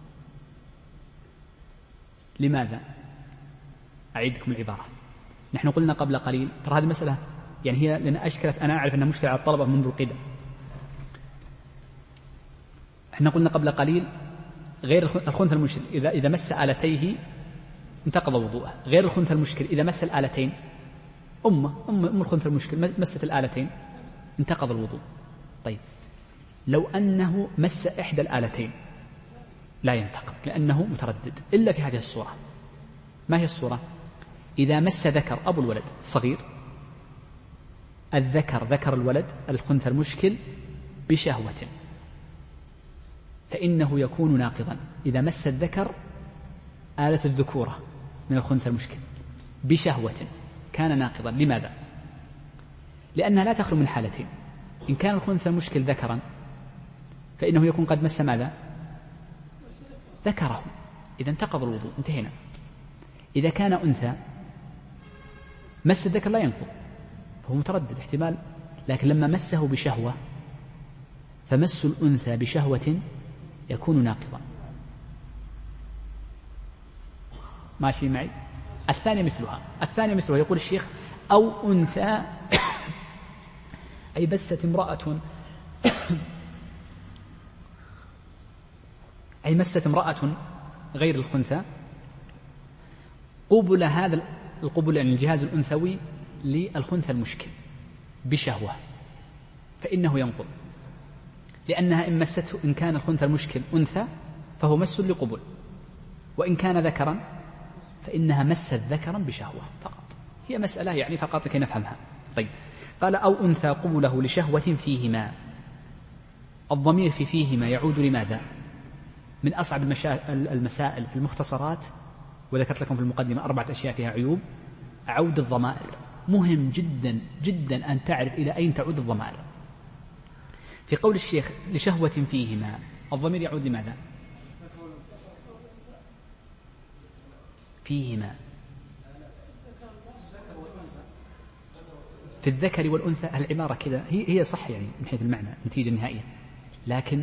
لماذا؟ أعيدكم العبارة. نحن قلنا قبل قليل ترى هذه مسألة يعني هي لأن أشكلت، أنا أعرف أنها مشكلة على الطلبة منذ القدم. احنا قلنا قبل قليل غير الخنثى المشكل إذا مس آلتيه انتقض وضوءه، غير الخنثى المشكل إذا مس الآلتين أم الخنثى المشكل مست الآلتين انتقض الوضوء. طيب لو أنه مس إحدى الآلتين لا ينتقض لأنه متردد إلا في هذه الصورة. ما هي الصورة؟ إذا مس ذكر أبو الولد الصغير ذكر الولد الخنثى المشكل بشهوة فإنه يكون ناقضا. إذا مس الذكر آلة الذكورة من الخنثى المشكل بشهوة كان ناقضا. لماذا؟ لأنها لا تخلو من حالتين. إن كان الخنثى المشكل ذكرا فإنه يكون قد مس ماذا؟ ذكره، إذا انتقض الوضوء، انتهينا. إذا كان أنثى مس الذكر لا ينقض، فهو متردد احتمال، لكن لما مسه بشهوة فمس الأنثى بشهوة يكون ناقضا. ماشي معي؟ الثانية مثلها يقول الشيخ أو أنثى أي بست امرأة أي مست امرأة غير الخنثى قبل هذا القبل يعني الجهاز الأنثوي للخنثى المشكل بشهوة فإنه ينقض، لأنها إن مسته إن كان الخنثى المشكل أنثى فهو مس لقبل، وإن كان ذكرا فإنها مست ذكرا بشهوة فقط. هي مسألة يعني فقط لكي نفهمها. طيب قال أو أنثى قبله لشهوة فيهما. الضمير في فيهما يعود لماذا؟ من أصعب المسائل في المختصرات، وذكرت لكم في المقدمة 4 أشياء فيها عيوب. عود الضمائر مهم جدا جدا أن تعرف إلى أين تعود الضمائر. في قول الشيخ لشهوة فيهما الضمير يعود لماذا؟ فيهما في الذكر والأنثى. العبارة كذا هي صح يعني من حيث المعنى النتيجة النهائية، لكن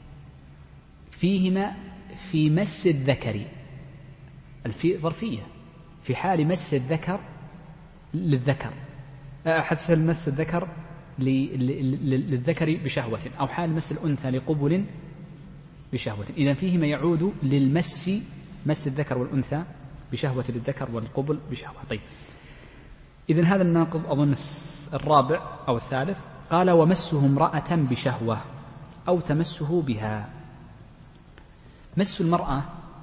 فيهما في مس الذكر الفي ظرفية في حال مس الذكر للذكر، حتى مس الذكر للذكر بشهوة، أو حال مس الأنثى لقبل بشهوة. إذن فيهما يعود للمس، مس الذكر والأنثى بشهوة للذكر والقبل بشهوة. طيب إذن هذا الناقض أظن الرابع أو الثالث. قال ومسه امرأة بشهوة أو تمسه بها. مس المرأة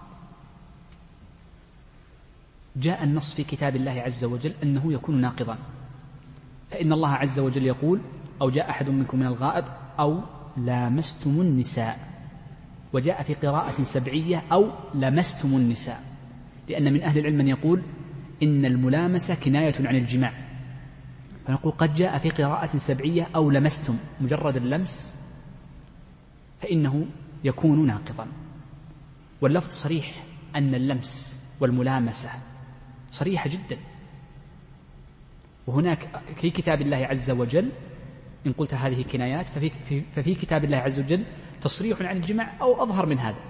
جاء النص في كتاب الله عز وجل أنه يكون ناقضا، فإن الله عز وجل يقول أو جاء أحد منكم من الغائط أو لامستم النساء. وجاء في قراءة سبعية أو لمستم النساء، لأن من أهل العلم من يقول إن الملامسة كناية عن الجماع، فنقول قد جاء في قراءة سبعية أو لمستم، مجرد اللمس فإنه يكون ناقضا. واللفظ صريح أن اللمس والملامسة صريحة جدا. وهناك في كتاب الله عز وجل إن قلت هذه كنايات ففي كتاب الله عز وجل تصريح عن الجماع أو أظهر من هذا،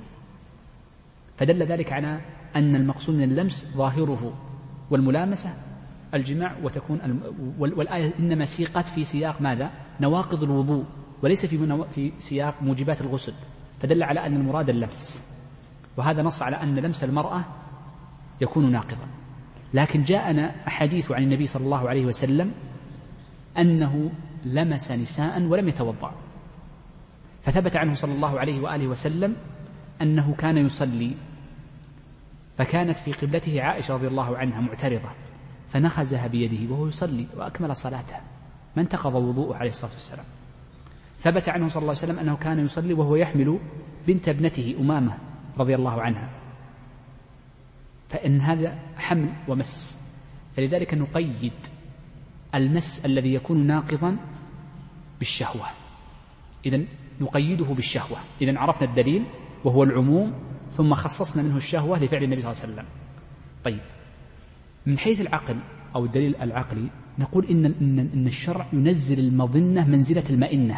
فدل ذلك على أن المقصود من اللمس ظاهره والملامسة الجماع، والآية إنما سيقت في سياق ماذا؟ نواقض الوضوء، وليس في سياق موجبات الغسل، فدل على أن المراد اللمس، وهذا نص على أن لمس المرأة يكون ناقضا. لكن جاءنا أحاديث عن النبي صلى الله عليه وسلم أنه لمس نساء ولم يتوضأ، فثبت عنه صلى الله عليه وآله وسلم أنه كان يصلي، فكانت في قبلته عائشة رضي الله عنها معترضة، فنخزها بيده وهو يصلي وأكمل صلاته، ما انتقض وضوءه عليه الصلاة والسلام. ثبت عنه صلى الله عليه وسلم أنه كان يصلي وهو يحمل بنت ابنته أمامة رضي الله عنها، فإن هذا حمل ومس، فلذلك نقيد المس الذي يكون ناقضا بالشهوة، إذن نقيده بالشهوة. إذن عرفنا الدليل وهو العموم، ثم خصصنا منه الشهوة لفعل النبي صلى الله عليه وسلم. طيب، من حيث العقل أو الدليل العقلي نقول إن الشرع ينزل المظنة منزلة المئنة،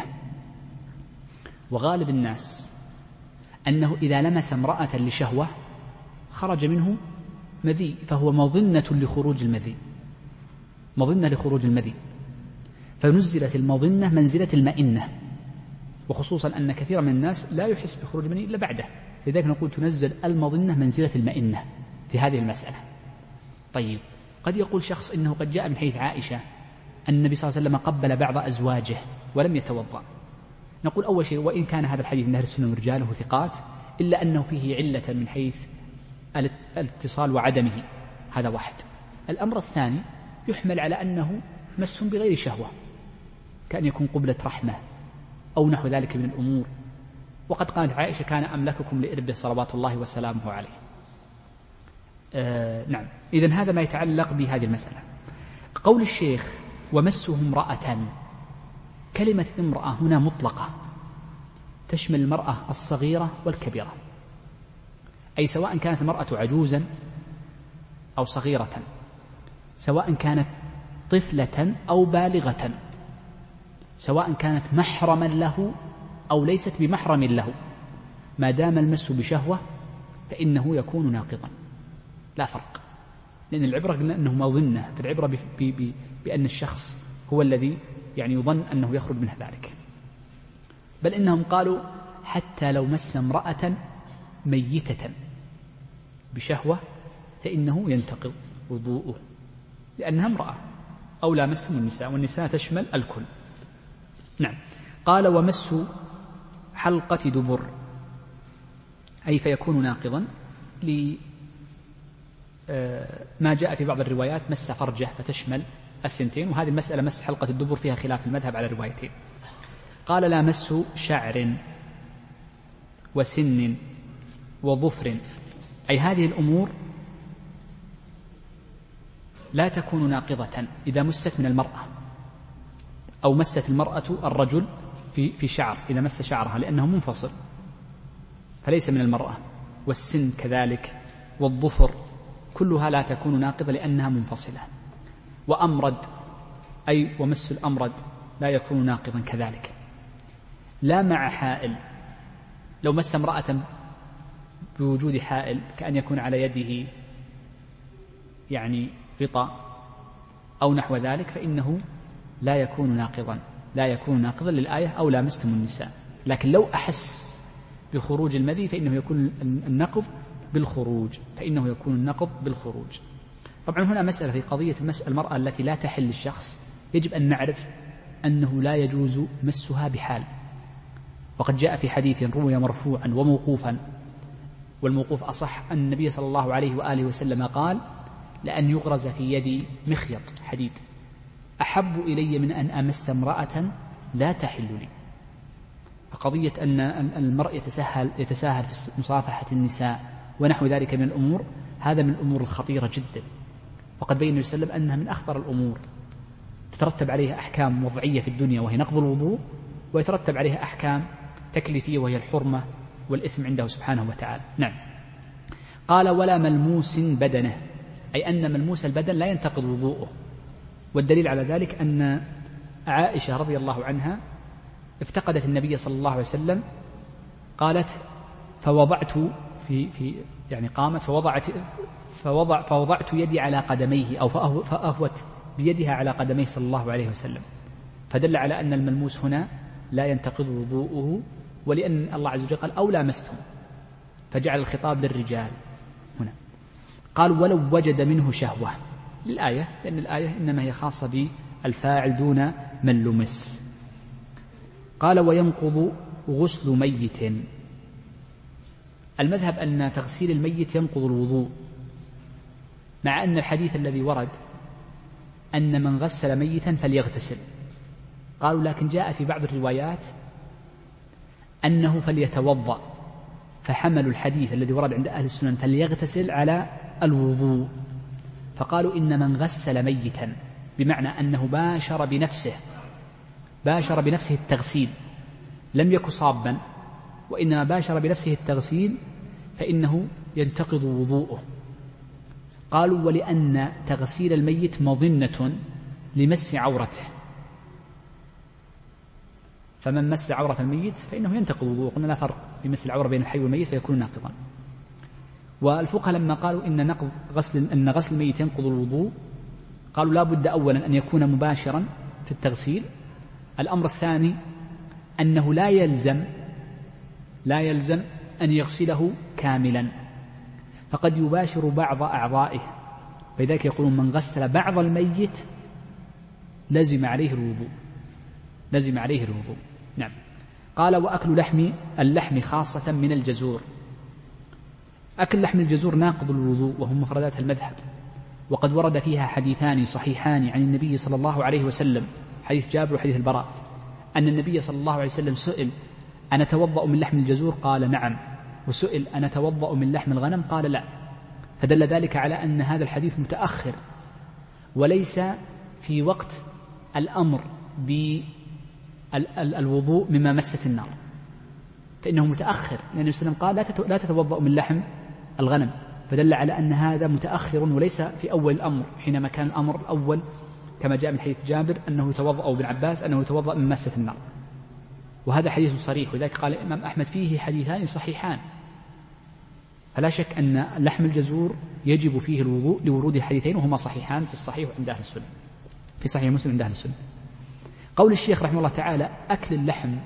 وغالب الناس أنه إذا لمس امرأة لشهوة خرج منه مذي، فهو مظنة لخروج المذي، مظنة لخروج المذي، فنزلت المظنة منزلة المئنة، وخصوصا أن كثير من الناس لا يحس بخروج المني إلا بعده، لذلك نقول تنزل المظنة منزلة المئنة في هذه المسألة. طيب، قد يقول شخص إنه قد جاء من حيث عائشة أن النبي صلى الله عليه وسلم قبل بعض أزواجه ولم يتوضأ. نقول أول شيء، وإن كان هذا الحديث من أهل السنة ورجاله ثقات، إلا أنه فيه علة من حيث الاتصال وعدمه، هذا واحد. الأمر الثاني يحمل على أنه مس بغير شهوة، كأن يكون قبلة رحمة أو نحو ذلك من الأمور، وقد قالت عائشة كان أملككم لإربه صلوات الله وسلامه عليه. نعم، إذن هذا ما يتعلق بهذه المسألة. قول الشيخ ومسه امرأة، كلمة امرأة هنا مطلقة تشمل المرأة الصغيرة والكبيرة، أي سواء كانت المرأة عجوزا أو صغيرة، سواء كانت طفلة أو بالغة، سواء كانت محرما له أو ليست بمحرم له، ما دام المس بشهوة فإنه يكون ناقضا، لا فرق، لأن العبرة قلنا أنه مظنة، فالعبرة بأن الشخص هو الذي يعني يظن أنه يخرج منه ذلك. بل إنهم قالوا حتى لو مس امرأة ميتة بشهوة فإنه ينتقض وضوءه، لأنها امرأة، أو لامستم النساء، والنساء تشمل الكل. نعم. قال ومس حلقة دبر، أي فيكون ناقضا ما جاء في بعض الروايات مس فرجه فتشمل الثنتين، وهذه المسألة مس حلقة الدبر فيها خلاف المذهب على الروايتين. قال لا مس شعر وسن وظفر، أي هذه الأمور لا تكون ناقضة إذا مست من المرأة، أو مست المرأة الرجل في شعر، إذا مس شعرها لأنه منفصل فليس من المرأة، والسن كذلك، والظفر كلها لا تكون ناقضة لأنها منفصلة. وأمرد، أي ومس الأمرد لا يكون ناقضا كذلك. لا مع حائل، لو مس امرأة بوجود حائل كأن يكون على يده يعني غطاء أو نحو ذلك فإنه لا يكون ناقضا، لا يكون ناقضا للآية أو لامستم النساء. لكن لو أحس بخروج المذي فإنه يكون النقض بالخروج، فإنه يكون النقض بالخروج. طبعا هنا مسألة في قضية المرأة التي لا تحل الشخص، يجب أن نعرف أنه لا يجوز مسها بحال، وقد جاء في حديث روي مرفوعا وموقوفا، والموقوف أصح، أن النبي صلى الله عليه وآله وسلم قال لأن يغرز في يدي مخيط حديد أحب إلي من أن أمس امرأة لا تحل لي. قضية أن المرء يتساهل في مصافحة النساء ونحو ذلك من الأمور، هذا من الأمور الخطيرة جدا، وقد بين النبي صلى الله عليه وسلم أنها من أخطر الأمور تترتب عليها أحكام وضعية في الدنيا وهي نقض الوضوء، ويترتب عليها أحكام تكليفية وهي الحرمة والإثم عنده سبحانه وتعالى. نعم. قال ولا ملموس بدنه، أي أن ملموس البدن لا ينتقض وضوءه. والدليل على ذلك أن عائشة رضي الله عنها افتقدت النبي صلى الله عليه وسلم، قالت فوضعت يعني قامت فوضعت يدي على قدميه، أو فأهوت بيدها على قدميه صلى الله عليه وسلم، فدل على أن الملموس هنا لا ينتقض وضوءه، ولأن الله عز وجل قال أو لامستم، فجعل الخطاب للرجال هنا. قال ولو وجد منه شهوة للآية، لأن الآية إنما هي خاصة بالفاعل دون من لمس. قال وينقض غسل ميت، المذهب أن تغسيل الميت ينقض الوضوء، مع أن الحديث الذي ورد أن من غسل ميتا فليغتسل، قالوا لكن جاء في بعض الروايات أنه فليتوضأ، فحملوا الحديث الذي ورد عند أهل السنن فليغتسل على الوضوء، فقالوا إن من غسل ميتا بمعنى أنه باشر بنفسه التغسيل، لم يكن صابا وإنما باشر بنفسه التغسيل، فإنه ينتقض وضوءه. قالوا ولأن تغسيل الميت مظنة لمس عورته، فمن مس عورة الميت فإنه ينتقض وضوءه، قلنا لا فرق في مس العورة بين الحي والميت فيكون ناقضا. والفقهاء لما قالوا إن غسل الميت ينقض الوضوء، قالوا لا بد أولا أن يكون مباشرا في التغسيل. الأمر الثاني أنه لا يلزم أن يغسله كاملا، فقد يباشر بعض أعضائه، فلذلك يقولون من غسل بعض الميت لزم عليه الوضوء. نعم. قال وأكل اللحم خاصة من الجزور، أكل لحم الجزور ناقض الوضوء، وهم مفردات المذهب، وقد ورد فيها حديثان صحيحان عن النبي صلى الله عليه وسلم، حديث جابر وحديث البراء، أن النبي صلى الله عليه وسلم سئل أنا أتوضأ من لحم الجزور؟ قال نعم. وسئل أنا أتوضأ من لحم الغنم؟ قال لا. فدل ذلك على أن هذا الحديث متأخر، وليس في وقت الأمر بالوضوء مما مست النار، فإنه متأخر، لأن النبي صلى الله عليه وسلم قال لا تتوضأ من لحم الغنم، فدل على أن هذا متأخر وليس في أول الأمر، حينما كان الأمر الأول كما جاء من حديث جابر أنه يتوضأ، أو ابن عباس أنه يتوضأ من مسة النار، وهذا حديث صريح، ولذلك قال الإمام أحمد فيه حديثان صحيحان، فلا شك أن لحم الجزور يجب فيه الوضوء لورود حديثين وهما صحيحان في الصحيح عند أهل السنة، في صحيح مسلم عند أهل السنة. قول الشيخ رحمه الله تعالى أكل اللحم،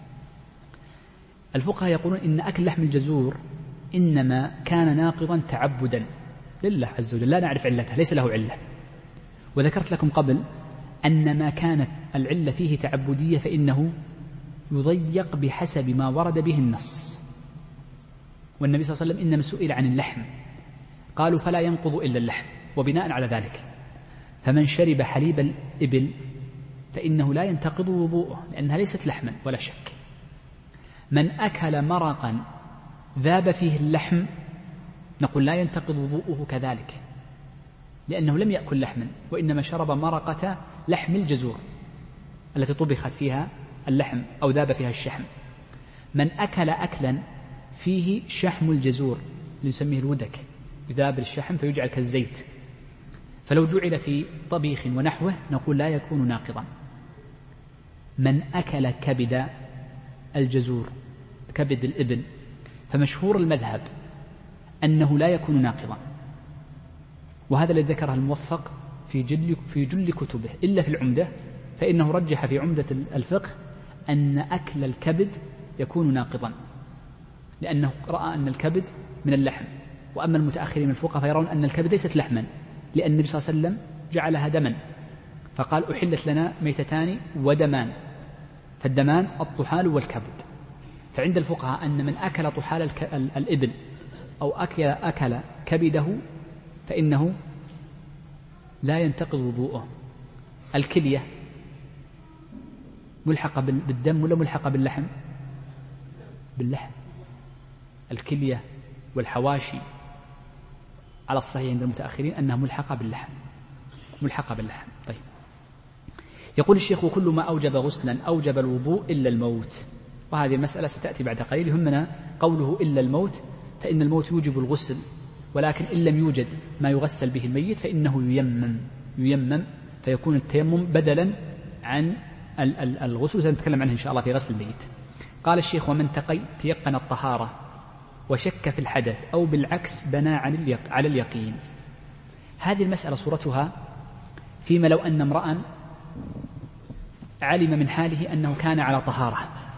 الفقهاء يقولون إن أكل لحم الجزور إنما كان ناقضا تعبدا لله عز وجل، لا نعرف علته، ليس له علة. وذكرت لكم قبل أن ما كانت العلة فيه تعبدية فإنه يضيق بحسب ما ورد به النص، والنبي صلى الله عليه وسلم إنما سئل عن اللحم قالوا فلا ينقض إلا اللحم، وبناء على ذلك فمن شرب حليب الإبل فإنه لا ينتقض وضوءه لأنها ليست لحما ولا شك. من أكل مرقا ذاب فيه اللحم نقول لا ينتقض وضوءه كذلك، لأنه لم يأكل لحما وإنما شرب مرقة لحم الجزور التي طبخت فيها اللحم أو ذاب فيها الشحم. من أكل أكلا فيه شحم الجزور اللي يسميه الودك، يذاب الشحم فيجعل كالزيت، فلو جعل في طبيخ ونحوه نقول لا يكون ناقضا. من أكل كبد الجزور، كبد الإبل، فمشهور المذهب أنه لا يكون ناقضا، وهذا الذي ذكره الموفق في جل كتبه، إلا في العمدة فإنه رجح في عمدة الفقه أن أكل الكبد يكون ناقضا، لأنه رأى أن الكبد من اللحم. وأما المتأخرين من الفقهاء فيرون أن الكبد ليست لحما، لأن النبي صلى الله عليه وسلم جعلها دما، فقال أحلت لنا ميتتان ودمان، فالدمان الطحال والكبد. فعند الفقهاء أن من أكل طحال الإبل أو أكل كبده فإنه لا ينتقض وضوءه، الكلية ملحقة بالدم ولا ملحقة باللحم؟ باللحم. الكلية والحواشي على الصحيح عند المتأخرين أنها ملحقة باللحم. ملحقة باللحم. طيب، يقول الشيخ: وكل ما أوجب غسلا أوجب الوضوء إلا الموت. وهذه المسألة ستأتي بعد قليل. يهمنا قوله إلا الموت، فإن الموت يوجب الغسل، ولكن إن لم يوجد ما يغسل به الميت فإنه ييمم فيكون التيمم بدلا عن الغسل، سنتكلم عنه إن شاء الله في غسل الميت. قال الشيخ: ومن تيقن الطهارة وشك في الحدث أو بالعكس بنى على اليقين. هذه المسألة صورتها فيما لو أن امرأ علم من حاله أنه كان على طهارة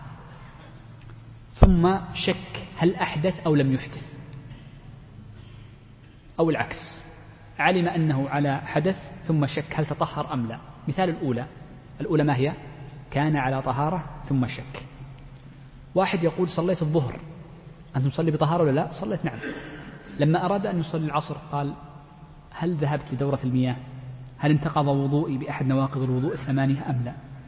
ثم شك هل أحدث أو لم يحدث، أو العكس، علم أنه على حدث ثم شك هل تطهر أم لا. مثال الأولى ما هي؟ كان على طهارة ثم شك. واحد يقول: صليت الظهر، أنت تصلي بطهارة ولا لا؟ صليت، نعم. لما أراد أن يصلي العصر قال: هل ذهبت لدورة المياه؟ هل انتقض وضوئي بأحد نواقض الوضوء 8 أم لا؟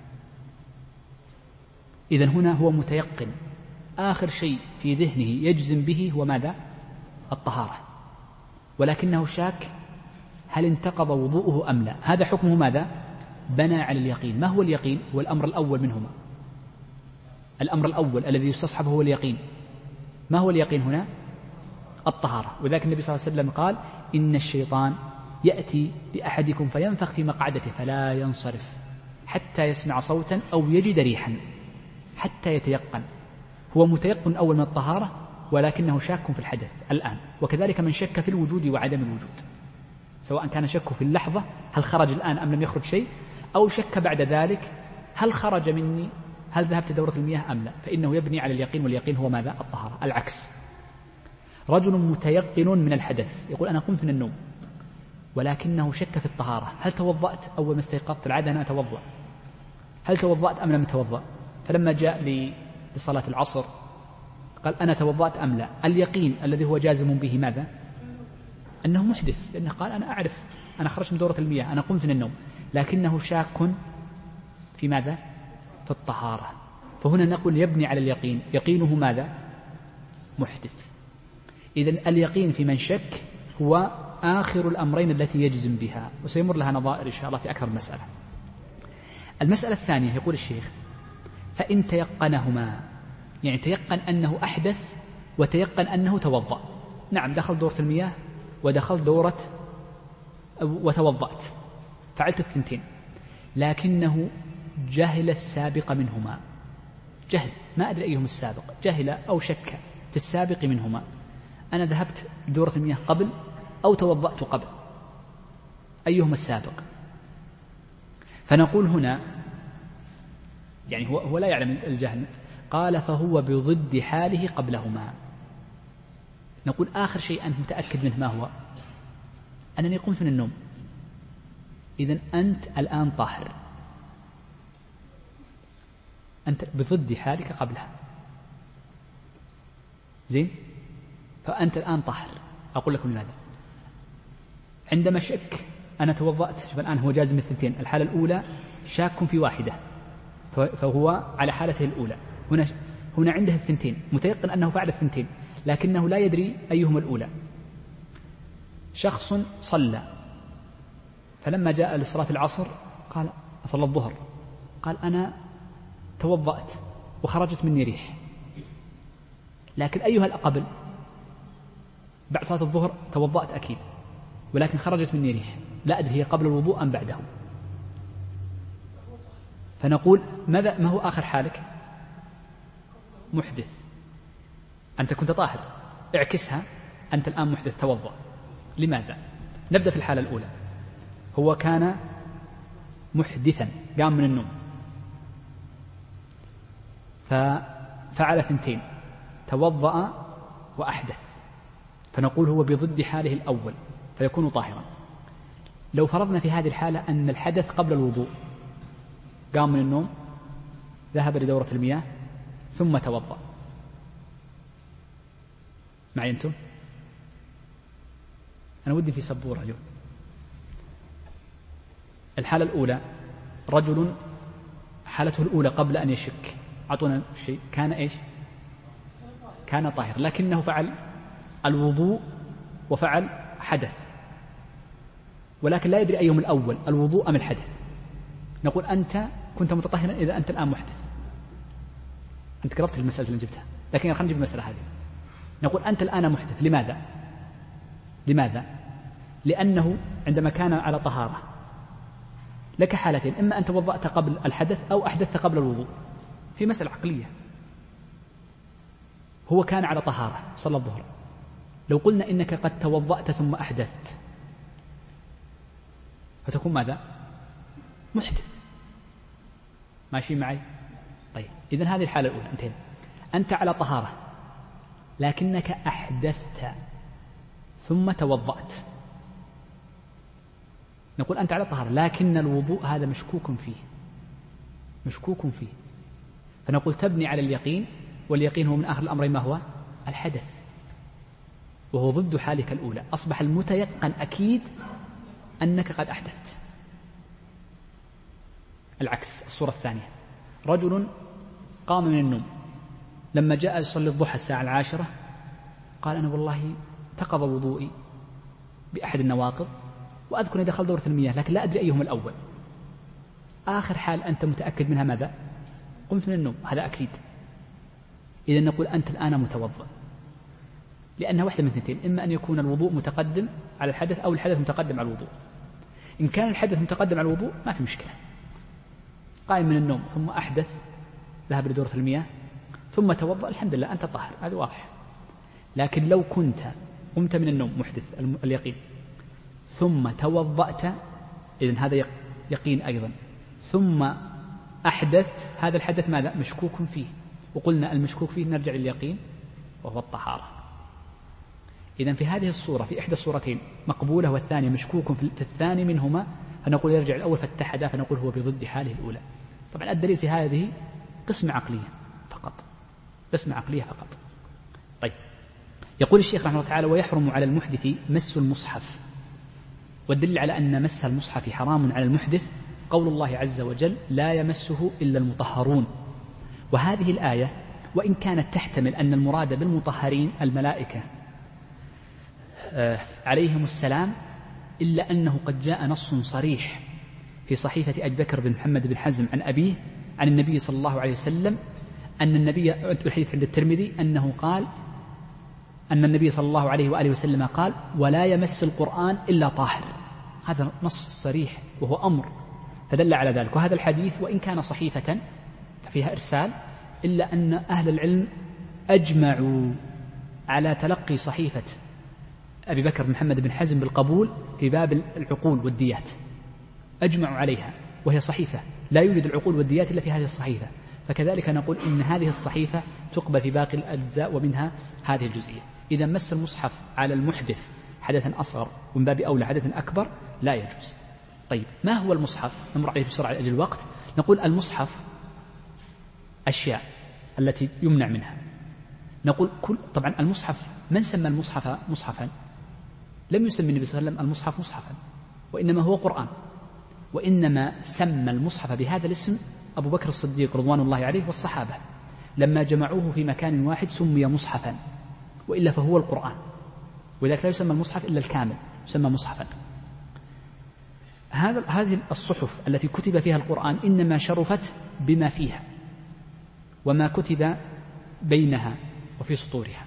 إذن هنا هو متيقن، آخر شيء في ذهنه يجزم به هو ماذا؟ الطهارة، ولكنه شاك هل انتقض وضوءه أم لا. هذا حكمه ماذا؟ بنى على اليقين. ما هو اليقين؟ هو الأمر الأول منهما. الأمر الأول الذي يستصحب هو اليقين. ما هو اليقين هنا؟ الطهارة. وذلك النبي صلى الله عليه وسلم قال: إن الشيطان يأتي لأحدكم فينفخ في مقعدته فلا ينصرف حتى يسمع صوتا أو يجد ريحا، حتى يتيقن. هو متيقن أول من الطهارة ولكنه شاك في الحدث الآن. وكذلك من شك في الوجود وعدم الوجود، سواء كان شك في اللحظة هل خرج الآن أم لم يخرج شيء، أو شك بعد ذلك هل خرج مني، هل ذهبت دورة المياه أم لا، فإنه يبني على اليقين، واليقين هو ماذا؟ الطهارة. العكس، رجل متيقن من الحدث يقول: أنا قمت من النوم ولكنه شك في الطهارة، هل توضأت أول ما استيقظت؟ العادة أنا أتوضأ، هل توضأت أم لم أتوضأ؟ فلما جاء لصلاة العصر قال: أنا توضأت أم لا؟ اليقين الذي هو جازم به ماذا؟ أنه محدث، لأنه قال: أنا أعرف، أنا خرجت من دورة المياه، أنا قمت من النوم، لكنه شاك في ماذا؟ في الطهارة. فهنا نقول يبني على اليقين، يقينه ماذا؟ محدث. إذن اليقين في من شك هو آخر الأمرين التي يجزم بها، وسيمر لها نظائر إن شاء الله في أكثر مسألة. المسألة الثانية يقول الشيخ: فإن تيقنهما، يعني تيقن أنه أحدث وتيقن أنه توضأ. نعم، دخل دورة المياه ودخل دورة وتوضأت، فعلت الثنتين، لكنه جهل السابق منهما. جهل، ما أدري أيهم السابق، جهل أو شك في السابق منهما. أنا ذهبت دورة المياه قبل أو توضأت قبل، أيهما السابق؟ فنقول هنا يعني هو لا يعلم الجهل، قال: فهو بضد حاله قبلهما. نقول آخر شيء أنت متأكد منه ما هو؟ أنني قمت من النوم، إذن أنت الآن طاهر، أنت بضد حالك قبلها، زين؟ فأنت الآن طاهر. أقول لكم لماذا. عندما شك أنا توضأت، شوف الآن هو جازم الثنتين، الحالة الأولى شاك في واحدة فهو على حالته الأولى، هنا عنده الثنتين، متيقن أنه فعل الثنتين لكنه لا يدري أيهما الأولى. شخص صلى، فلما جاء لصلاة العصر قال: أصلى الظهر، قال: أنا توضأت وخرجت مني ريح، لكن أيها الأقبل؟ بعد صلاة الظهر توضأت أكيد، ولكن خرجت مني ريح، لا أدري هي قبل الوضوء أم بعده. فنقول ما هو آخر حالك؟ محدث. أنت كنت طاهر، اعكسها، أنت الآن محدث، توضأ. لماذا؟ نبدأ في الحالة الأولى، هو كان محدثا، قام من النوم ففعل ثنتين، توضأ وأحدث، فنقول هو بضد حاله الأول فيكون طاهرا. لو فرضنا في هذه الحالة أن الحدث قبل الوضوء، قام من النوم، ذهب لدورة المياه ثم توضأ، معي أنتم؟ أنا ودي في سبورة اليوم. الحالة الأولى رجل حالته الأولى قبل أن يشك، أعطونا شيء، كان إيش؟ كان طاهر، لكنه فعل الوضوء وفعل حدث، ولكن لا يدري أيهم الأول، الوضوء أم الحدث. نقول أنت كنت متطهرا إذا أنت الآن محدث. أنت قربت المسألة اللي جبتها، لكن خلينا نجيب المسألة هذه. نقول أنت الآن محدث. لماذا؟ لأنه عندما كان على طهارة لك حالتين، إما أن توضأت قبل الحدث أو أحدثت قبل الوضوء، في مسألة عقلية. هو كان على طهارة صلى الظهر، لو قلنا إنك قد توضأت ثم أحدثت فتكون ماذا؟ محدث. ماشي معي؟ طيب إذن هذه الحالة الأولى انتهينا. أنت على طهارة لكنك أحدثت ثم توضأت، نقول أنت على طهارة لكن الوضوء هذا مشكوك فيه، فنقول تبني على اليقين، واليقين هو من آخر الأمرين ما هو؟ الحدث، وهو ضد حالك الأولى. أصبح المتيقن أكيد أنك قد أحدثت. العكس، الصورة الثانية، رجل قام من النوم لما جاء يصلي الضحى الساعة 10 قال أنا والله تقضى وضوئي بأحد النواقض، وأذكر إذا دخل دورة المياه لكن لا أدري أيهم الأول. آخر حال أنت متأكد منها ماذا؟ قمت من النوم، هذا أكيد. إذا نقول أنت الآن متوضأ، لأنها واحدة من اثنتين، إما أن يكون الوضوء متقدم على الحدث أو الحدث متقدم على الوضوء. إن كان الحدث متقدم على الوضوء ما في مشكلة، قائم من النوم ثم أحدث، ذهب لدورة المياه ثم توضأ، الحمد لله أنت طاهر، هذا واضح. لكن لو قمت من النوم محدث اليقين ثم توضأت، إذن هذا يقين أيضا، ثم أحدثت، هذا الحدث ماذا؟ مشكوك فيه، وقلنا المشكوك فيه نرجع لليقين وهو الطهارة. إذن في هذه الصورة، في إحدى الصورتين مقبولة والثانية مشكوك في الثاني منهما، فنقول يرجع الأول فاتحدا، فنقول هو بضد حاله الأولى. طبعا الدليل في هذه قسمة عقلية فقط. طيب، يقول الشيخ رحمه الله تعالى: ويحرم على المحدث مس المصحف. والدليل على أن مس المصحف حرام على المحدث قول الله عز وجل: لا يمسه إلا المطهرون. وهذه الآية وإن كانت تحتمل أن المراد بالمطهرين الملائكة عليهم السلام، إلا أنه قد جاء نص صريح في صحيفة أبي بكر بن محمد بن حزم عن أبيه عن النبي صلى الله عليه وسلم أن النبي، الحديث عند الترمذي، أنه قال أن النبي صلى الله عليه وآله وسلم قال: ولا يمس القرآن إلا طاهر. هذا نص صريح وهو أمر، فدل على ذلك. وهذا الحديث وإن كان صحيفة فيها إرسال، إلا أن أهل العلم أجمعوا على تلقي صحيفة أبي بكر بن محمد بن حزم بالقبول في باب العقول والديات، أجمعوا عليها، وهي صحيفة لا يوجد العقول والديات إلا في هذه الصحيفة. فكذلك نقول إن هذه الصحيفة تقبل في باقي الأجزاء ومنها هذه الجزئية. إذا مس المصحف على المحدث حدثا أصغر ومن باب أولى حدثا أكبر لا يجوز. طيب، ما هو المصحف؟ نمر عليه بسرعة لأجل الوقت. نقول المصحف أشياء التي يمنع منها. نقول طبعا المصحف، من سمى المصحف مصحفا؟ لم يسمي النبي صلى الله عليه وسلم المصحف مصحفا، وإنما هو قرآن. وإنما سمى المصحف بهذا الاسم أبو بكر الصديق رضوان الله عليه والصحابة، لما جمعوه في مكان واحد سمي مصحفا، وإلا فهو القرآن. ولذلك لا يسمى المصحف إلا الكامل، يسمى مصحفا. هذه الصحف التي كتب فيها القرآن إنما شرفت بما فيها وما كتب بينها وفي سطورها.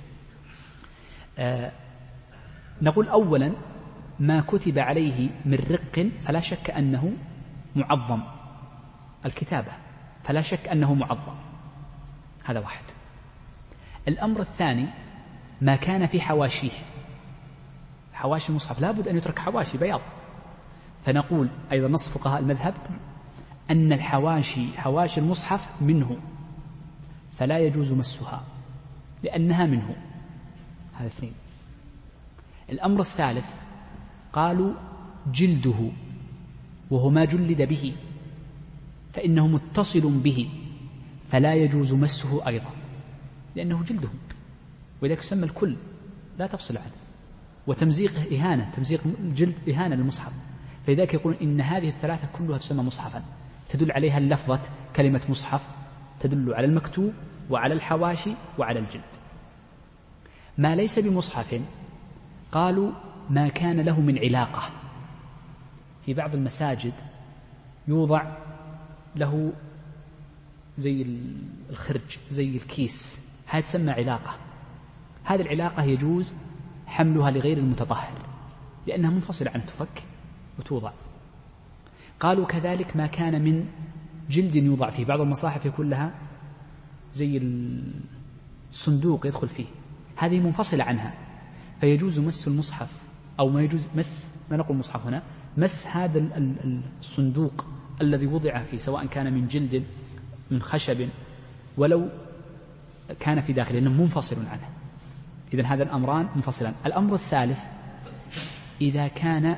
نقول أولا ما كتب عليه من رق فلا شك أنه معظم، الكتابة فلا شك أنه معظم، هذا واحد. الأمر الثاني ما كان في حواشيه، حواشي المصحف لا بد أن يترك حواشي بياض، فنقول أيضا نص فقهاء المذهب أن الحواشي، حواشي المصحف منه، فلا يجوز مسها لأنها منه. هذا اثنين. الأمر الثالث قالوا جلده، وهو ما جلد به، فإنه متصل به فلا يجوز مسه أيضا لأنه جلده، ولذلك يسمى الكل لا تفصل عنه. وتمزيقه إهانة، تمزيق الجلد إهانة للمصحف، فلذلك يقولون إن هذه الثلاثة كلها تسمى مصحفا، تدل عليها اللفظة كلمة مصحف، تدل على المكتوب وعلى الحواشي وعلى الجلد. ما ليس بمصحف قالوا ما كان له من علاقة. في بعض المساجد يوضع له زي الخرج، زي الكيس، هذا تسمى علاقة. هذه العلاقة يجوز حملها لغير المتطهر لأنها منفصلة عنه، تفك وتوضع. قالوا كذلك ما كان من جلد يوضع فيه، بعض المصاحف يكون لها زي الصندوق يدخل فيه، هذه منفصلة عنها، فيجوز مس المصحف أو ما يجوز مس، ما نقول مصحف هنا، مس هذا الصندوق الذي وضع فيه، سواء كان من جلد من خشب ولو كان في داخله، لأنه منفصل عنه. إذن هذا الأمران منفصلان. الأمر الثالث إذا كان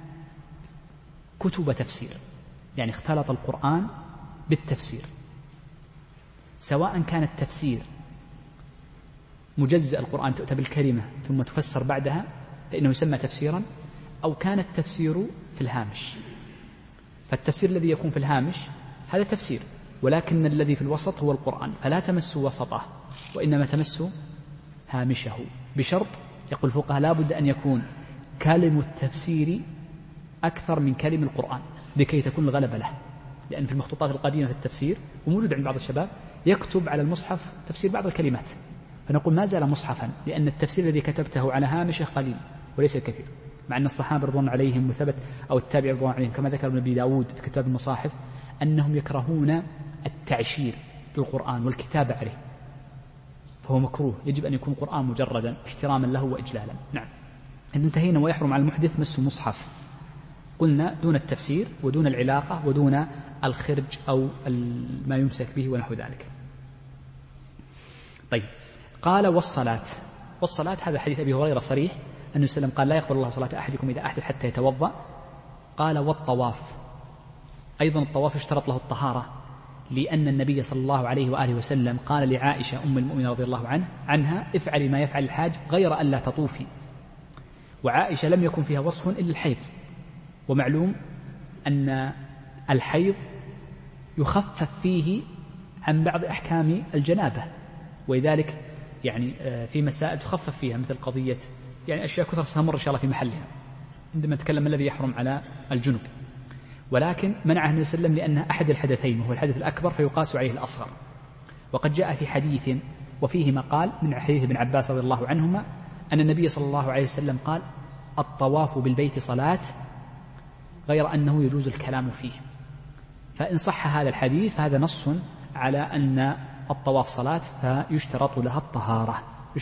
كتب تفسير، يعني اختلط القرآن بالتفسير، سواء كان التفسير مجزأ القرآن تؤتى بالكلمة ثم تفسر بعدها فإنه يسمى تفسيرا، أو كان التفسير في الهامش. فالتفسير الذي يكون في الهامش هذا تفسير، ولكن الذي في الوسط هو القرآن، فلا تمسوا وسطه وإنما تمسوا هامشه، بشرط يقول الفقهاء لا بد أن يكون كلمة التفسير أكثر من كلمة القرآن لكي تكون الغلبة له. لأن في المخطوطات القديمة في التفسير وموجود عند بعض الشباب يكتب على المصحف تفسير بعض الكلمات، فنقول ما زال مصحفا، لأن التفسير الذي كتبته على هامشه قليل وليس الكثير، مع أن الصحابة رضوان عليهم وثبت أو التابع رضوان عليهم كما ذكر ابن أبي داود في كتاب المصاحف أنهم يكرهون التعشير للقرآن والكتابة عليه، فهو مكروه، يجب أن يكون القرآن مجردا احتراما له وإجلالا. نعم. إذا انتهينا ويحرم على المحدث مس مصحف، قلنا دون التفسير ودون العلاقة ودون الخرج أو ما يمسك به ونحو ذلك. طيب، قال والصلاة هذا حديث أبي هريرة صريح أنه وسلم قال لا يقبل الله صلاة أحدكم إذا أحدث حتى يتوضأ. قال والطواف أيضا، الطواف يشترط له الطهارة، لأن النبي صلى الله عليه وآله وسلم قال لعائشة أم المؤمنين رضي الله عنها افعلي ما يفعل الحاج غير أن لا تطوفي. وعائشة لم يكن فيها وصف إلا الحيض، ومعلوم أن الحيض يخفف فيه عن بعض أحكام الجنابة، ولذلك يعني في مسائل تخفف فيها، مثل قضية يعني أشياء كثر سنمر إن شاء الله في محلها عندما نتكلم الذي يحرم على الجنب، ولكن منعه النبي صلى الله عليه وسلم لأنه أحد الحدثين وهو الحدث الأكبر فيقاس عليه الأصغر. وقد جاء في حديث وفيه مقال من حديث ابن عباس رضي الله عنهما أن النبي صلى الله عليه وسلم قال الطواف بالبيت صلاة غير أنه يجوز الكلام فيه. فإن صح هذا الحديث هذا نص على أن الطواف صلاة فيشترط لها الطهارة.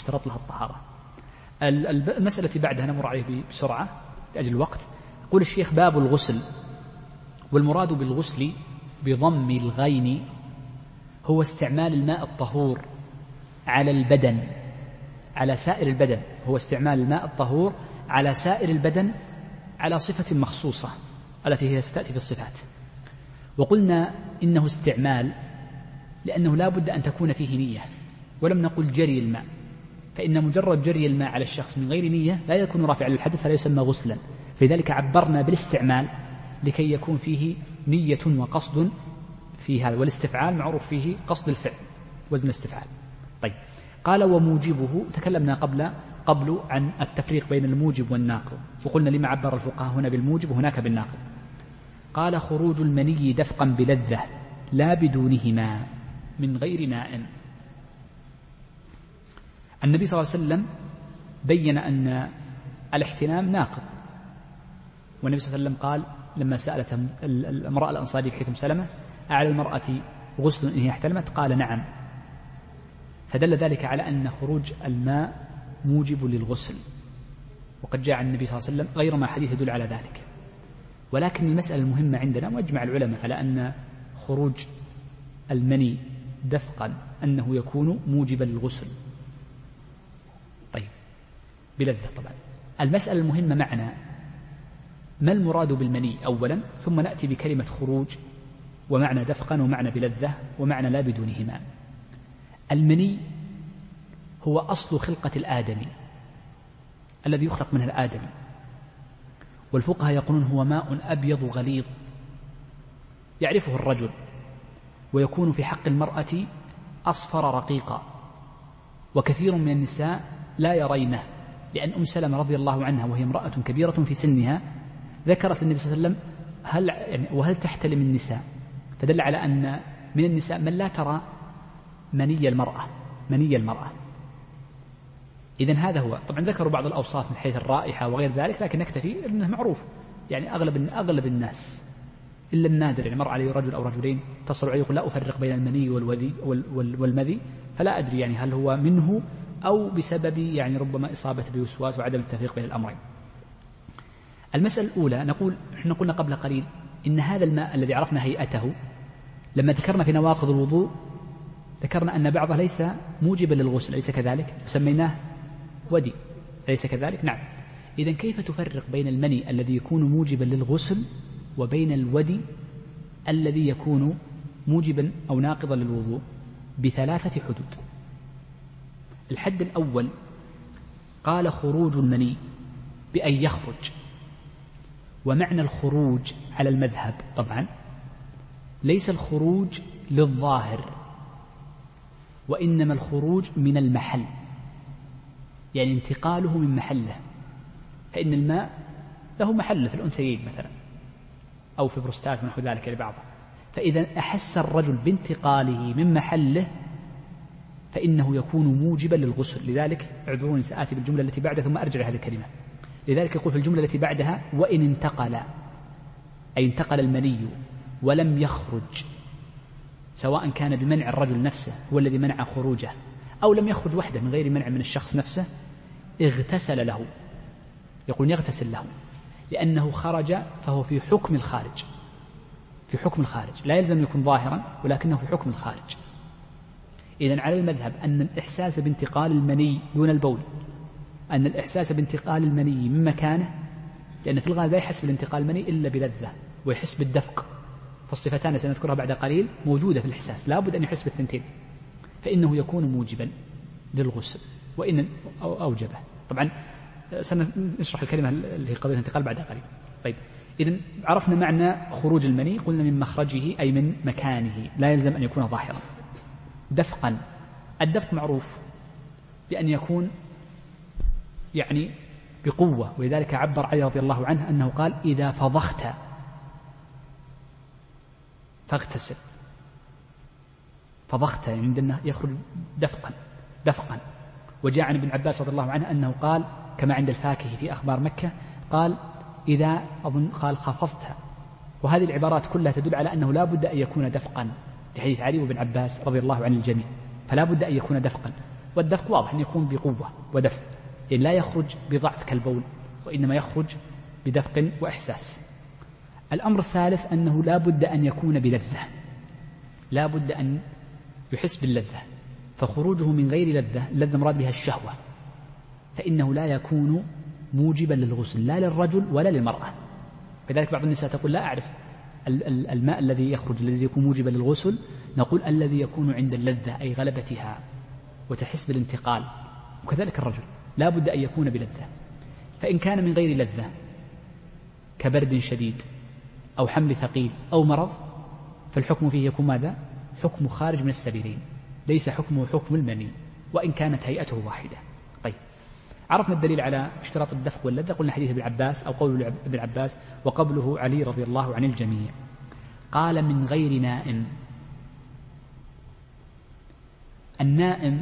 المسألة بعدها نمر عليه بسرعة لأجل الوقت. يقول الشيخ باب الغسل، والمراد بالغسل بضم الغين هو استعمال الماء الطهور على البدن، على سائر البدن، هو استعمال الماء الطهور على سائر البدن على صفة مخصوصة التي هي ستأتي في الصفات. وقلنا إنه استعمال لأنه لا بد أن تكون فيه نية، ولم نقل جري الماء، فإن مجرد جري الماء على الشخص من غير نية لا يكون رافعا للحدث فلا يسمى غسلا، فلذلك عبرنا بالاستعمال لكي يكون فيه نية وقصد في هذا، والاستفعال معروف فيه قصد الفعل وزن الاستفعال. طيب، قال وموجبه، تكلمنا قبل عن التفريق بين الموجب والناقض، وقلنا لما عبر الفقهاء هنا بالموجب وهناك بالناقض. قال خروج المني دفقا بلذة لا بدونهما من غير نائم. النبي صلى الله عليه وسلم بين أن الاحتلام ناقض، والنبي صلى الله عليه وسلم قال لما سألت المرأة الأنصارية حيث سلمة أعلى المرأة غسل إن هي احتلمت؟ قال نعم، فدل ذلك على أن خروج الماء موجب للغسل، وقد جاء عن النبي صلى الله عليه وسلم غير ما حديث يدل على ذلك. ولكن المسألة المهمة عندنا وأجمع العلماء على أن خروج المني دفقا أنه يكون موجبا للغسل. طيب، بلذة طبعا. المسألة المهمة معنا ما المراد بالمني أولا، ثم نأتي بكلمة خروج ومعنى دفقا ومعنى بلذة ومعنى لا بدونهما. المني هو أصل خلقة الآدمي الذي يخلق منه الآدمي، والفقهاء يقولون هو ماء أبيض غليظ يعرفه الرجل ويكون في حق المرأة أصفر رقيقا، وكثير من النساء لا يرينه، لأن أم سلمة رضي الله عنها وهي امرأة كبيرة في سنها ذكرت للنبي صلى الله عليه وسلم وهل تحتلم النساء، فدل على أن من النساء من لا ترى مني المرأة. إذن هذا هو. طبعا ذكروا بعض الأوصاف من حيث الرائحة وغير ذلك، لكن نكتفي أنه معروف، يعني أغلب الناس إلا النادر، يعني مر عليه رجل أو رجلين تصل عليه يقول لا أفرق بين المني والمذي، فلا أدري يعني هل هو منه أو بسبب يعني ربما إصابة بوسواس وعدم التفريق بين الأمرين. المسألة الأولى نحن قلنا قبل قليل إن هذا الماء الذي عرفنا هيئته لما ذكرنا في نواقض الوضوء ذكرنا أن بعضه ليس موجبا للغسل، أليس كذلك؟ وسميناه ودي، أليس كذلك؟ نعم. إذن كيف تفرق بين المني الذي يكون موجبا للغسل وبين الودي الذي يكون موجبا أو ناقضا للوضوء؟ بثلاثة حدود. الحد الأول قال خروج المني بأن يخرج، ومعنى الخروج على المذهب طبعا ليس الخروج للظاهر، وإنما الخروج من المحل، يعني انتقاله من محله، فإن الماء له محل في الأنثيين مثلا أو في بروستات ونحو ذلك لبعضه، فإذا أحس الرجل بانتقاله من محله فإنه يكون موجبا للغسل. لذلك اعذروني سآتي بالجملة التي بعدها ثم أرجع لهذه الكلمة. لذلك يقول في الجملة التي بعدها وإن انتقل، أي انتقل المني ولم يخرج، سواء كان بمنع الرجل نفسه هو الذي منع خروجه أو لم يخرج وحده من غير منع من الشخص نفسه، اغتسل له. يقول يغتسل له لأنه خرج فهو في حكم الخارج، في حكم الخارج، لا يلزم يكون ظاهرا ولكنه في حكم الخارج. إذن على المذهب أن الإحساس بانتقال المني دون البول، أن الإحساس بانتقال المني من مكانه، لأن في الغالب لا يحس بالانتقال المني إلا بلذة ويحس بالدفق، فالصفتان سنذكرها بعد قليل موجودة في الإحساس، لا بد أن يحس بالثنتين، فإنه يكون موجبا للغسل وإن أوجبه. طبعا سنشرح الكلمة اللي هي قضية الانتقال بعد قليل. طيب، إذن عرفنا معنى خروج المني، قلنا من مخرجه أي من مكانه، لا يلزم أن يكون ظاهرا. دفقا، الدفق معروف بأن يكون يعني بقوة، ولذلك عبر علي رضي الله عنه أنه قال إذا فضخت فاغتسل. فضخت يعني عندنا يخرج دفقا. وجاء عن ابن عباس رضي الله عنه أنه قال كما عند الفاكهي في أخبار مكة، قال إذا أظن قال خفضت. وهذه العبارات كلها تدل على أنه لا بد أن يكون دفقا، لحديث علي وابن عباس رضي الله عن الجميع، فلا بد أن يكون دفقا. والدفق واضح أن يكون بقوة ودفق، يعني لا يخرج بضعف كالبول، وإنما يخرج بدفق وإحساس. الأمر الثالث أنه لا بد أن يكون بلذة، لا بد أن يحس باللذة، فخروجه من غير لذة، اللذة مراد بها الشهوة، فإنه لا يكون موجبا للغسل لا للرجل ولا للمرأة. لذلك بعض النساء تقول لا أعرف الماء الذي يخرج الذي يكون موجبا للغسل، نقول الذي يكون عند اللذة أي غلبتها وتحس بالانتقال، وكذلك الرجل لا بد أن يكون بلذة. فإن كان من غير لذة كبرد شديد أو حمل ثقيل أو مرض، فالحكم فيه يكون ماذا؟ حكم خارج من السبيلين، ليس حكمه حكم المني وإن كانت هيئته واحدة. طيب، عرفنا الدليل على اشتراط الدفق واللذة، قلنا حديث ابن عباس أو قول ابن عباس وقبله علي رضي الله عن الجميع. قال من غير نائم. النائم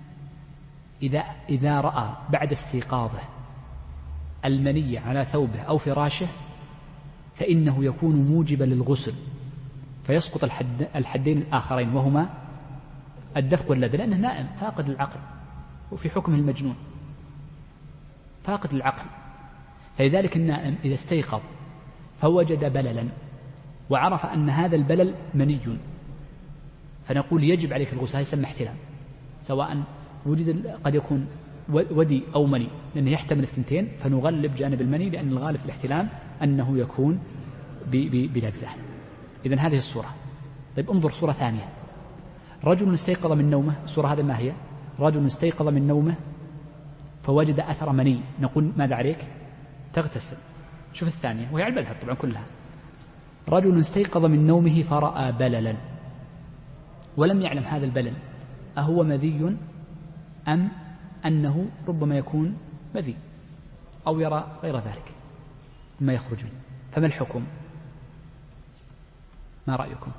إذا رأى بعد استيقاظه المني على ثوبه أو فراشه فإنه يكون موجبا للغسل، فيسقط الحدين الآخرين وهما الدفق واللذة، لأنه نائم فاقد العقل، وفي حكمه المجنون فاقد العقل. فلذلك النائم إذا استيقظ فوجد بللا وعرف أن هذا البلل مني، فنقول يجب عليك الغسل، يسمى احتلام، سواء وجد قد يكون ودي أو مني، لأنه يحتمل الثنتين، فنغلب جانب المني لأن الغالب في الاحتلام أنه يكون بلذة. إذن هذه الصورة. طيب، انظر صورة ثانية. رجل استيقظ من نومه، الصورة هذا ما هي؟ رجل استيقظ من نومه فوجد أثر مني، نقول ماذا عليك؟ تغتسل. شوف الثانية وهي على المذهب طبعا كلها. رجل استيقظ من نومه فرأى بللا ولم يعلم هذا البلل أهو مذي أم أنه ربما يكون مذي أو يرى غير ذلك ما يخرج منه، فما الحكم؟ ما رأيكم؟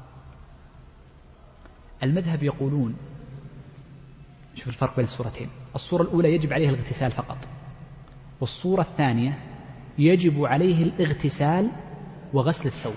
المذهب يقولون، شوف الفرق بين الصورتين، الصورة الأولى يجب عليه الاغتسال فقط، والصورة الثانية يجب عليه الاغتسال وغسل الثوب.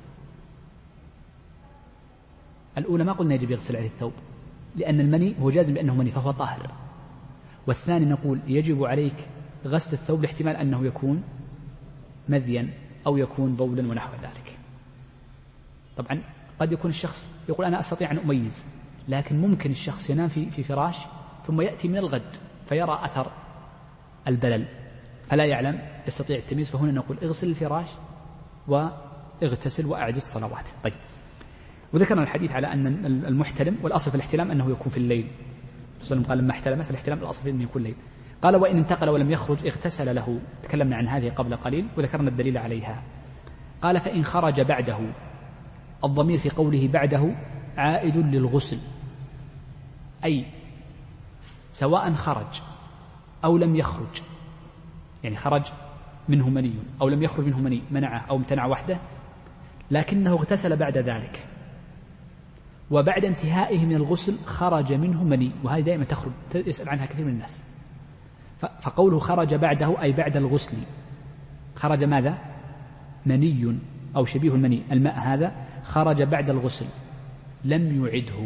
الأولى ما قلنا يجب يغسل عليه الثوب لأن المني هو جازم بأنه مني فهو طاهر، والثاني نقول يجب عليك غسل الثوب لاحتمال أنه يكون مذيا أو يكون بولا ونحو ذلك. طبعا قد يكون الشخص يقول أنا أستطيع أن أميز، لكن ممكن الشخص ينام في فراش ثم يأتي من الغد فيرى أثر البلل فلا يعلم يستطيع التمييز، فهنا نقول اغسل الفراش واغتسل وأعد الصلوات. طيب، وذكرنا الحديث على أن المحتلم، والأصل في الاحتلام أنه يكون في الليل، وسلم قال لما احتلم فالاحتلام الأصل أنه يكون الليل. قال وإن انتقل ولم يخرج اغتسل له، تكلمنا عن هذه قبل قليل وذكرنا الدليل عليها. قال فإن خرج بعده، الضمير في قوله بعده عائد للغسل، أي سواء خرج أو لم يخرج، يعني خرج منه مني أو لم يخرج منه مني، منعه أو امتنع وحده، لكنه اغتسل بعد ذلك وبعد انتهائه من الغسل خرج منه مني، وهذه دائما تخرج يسأل عنها كثير من الناس. فقوله خرج بعده أي بعد الغسل، خرج ماذا؟ مني أو شبيه المني، الماء هذا خرج بعد الغسل لم يعده.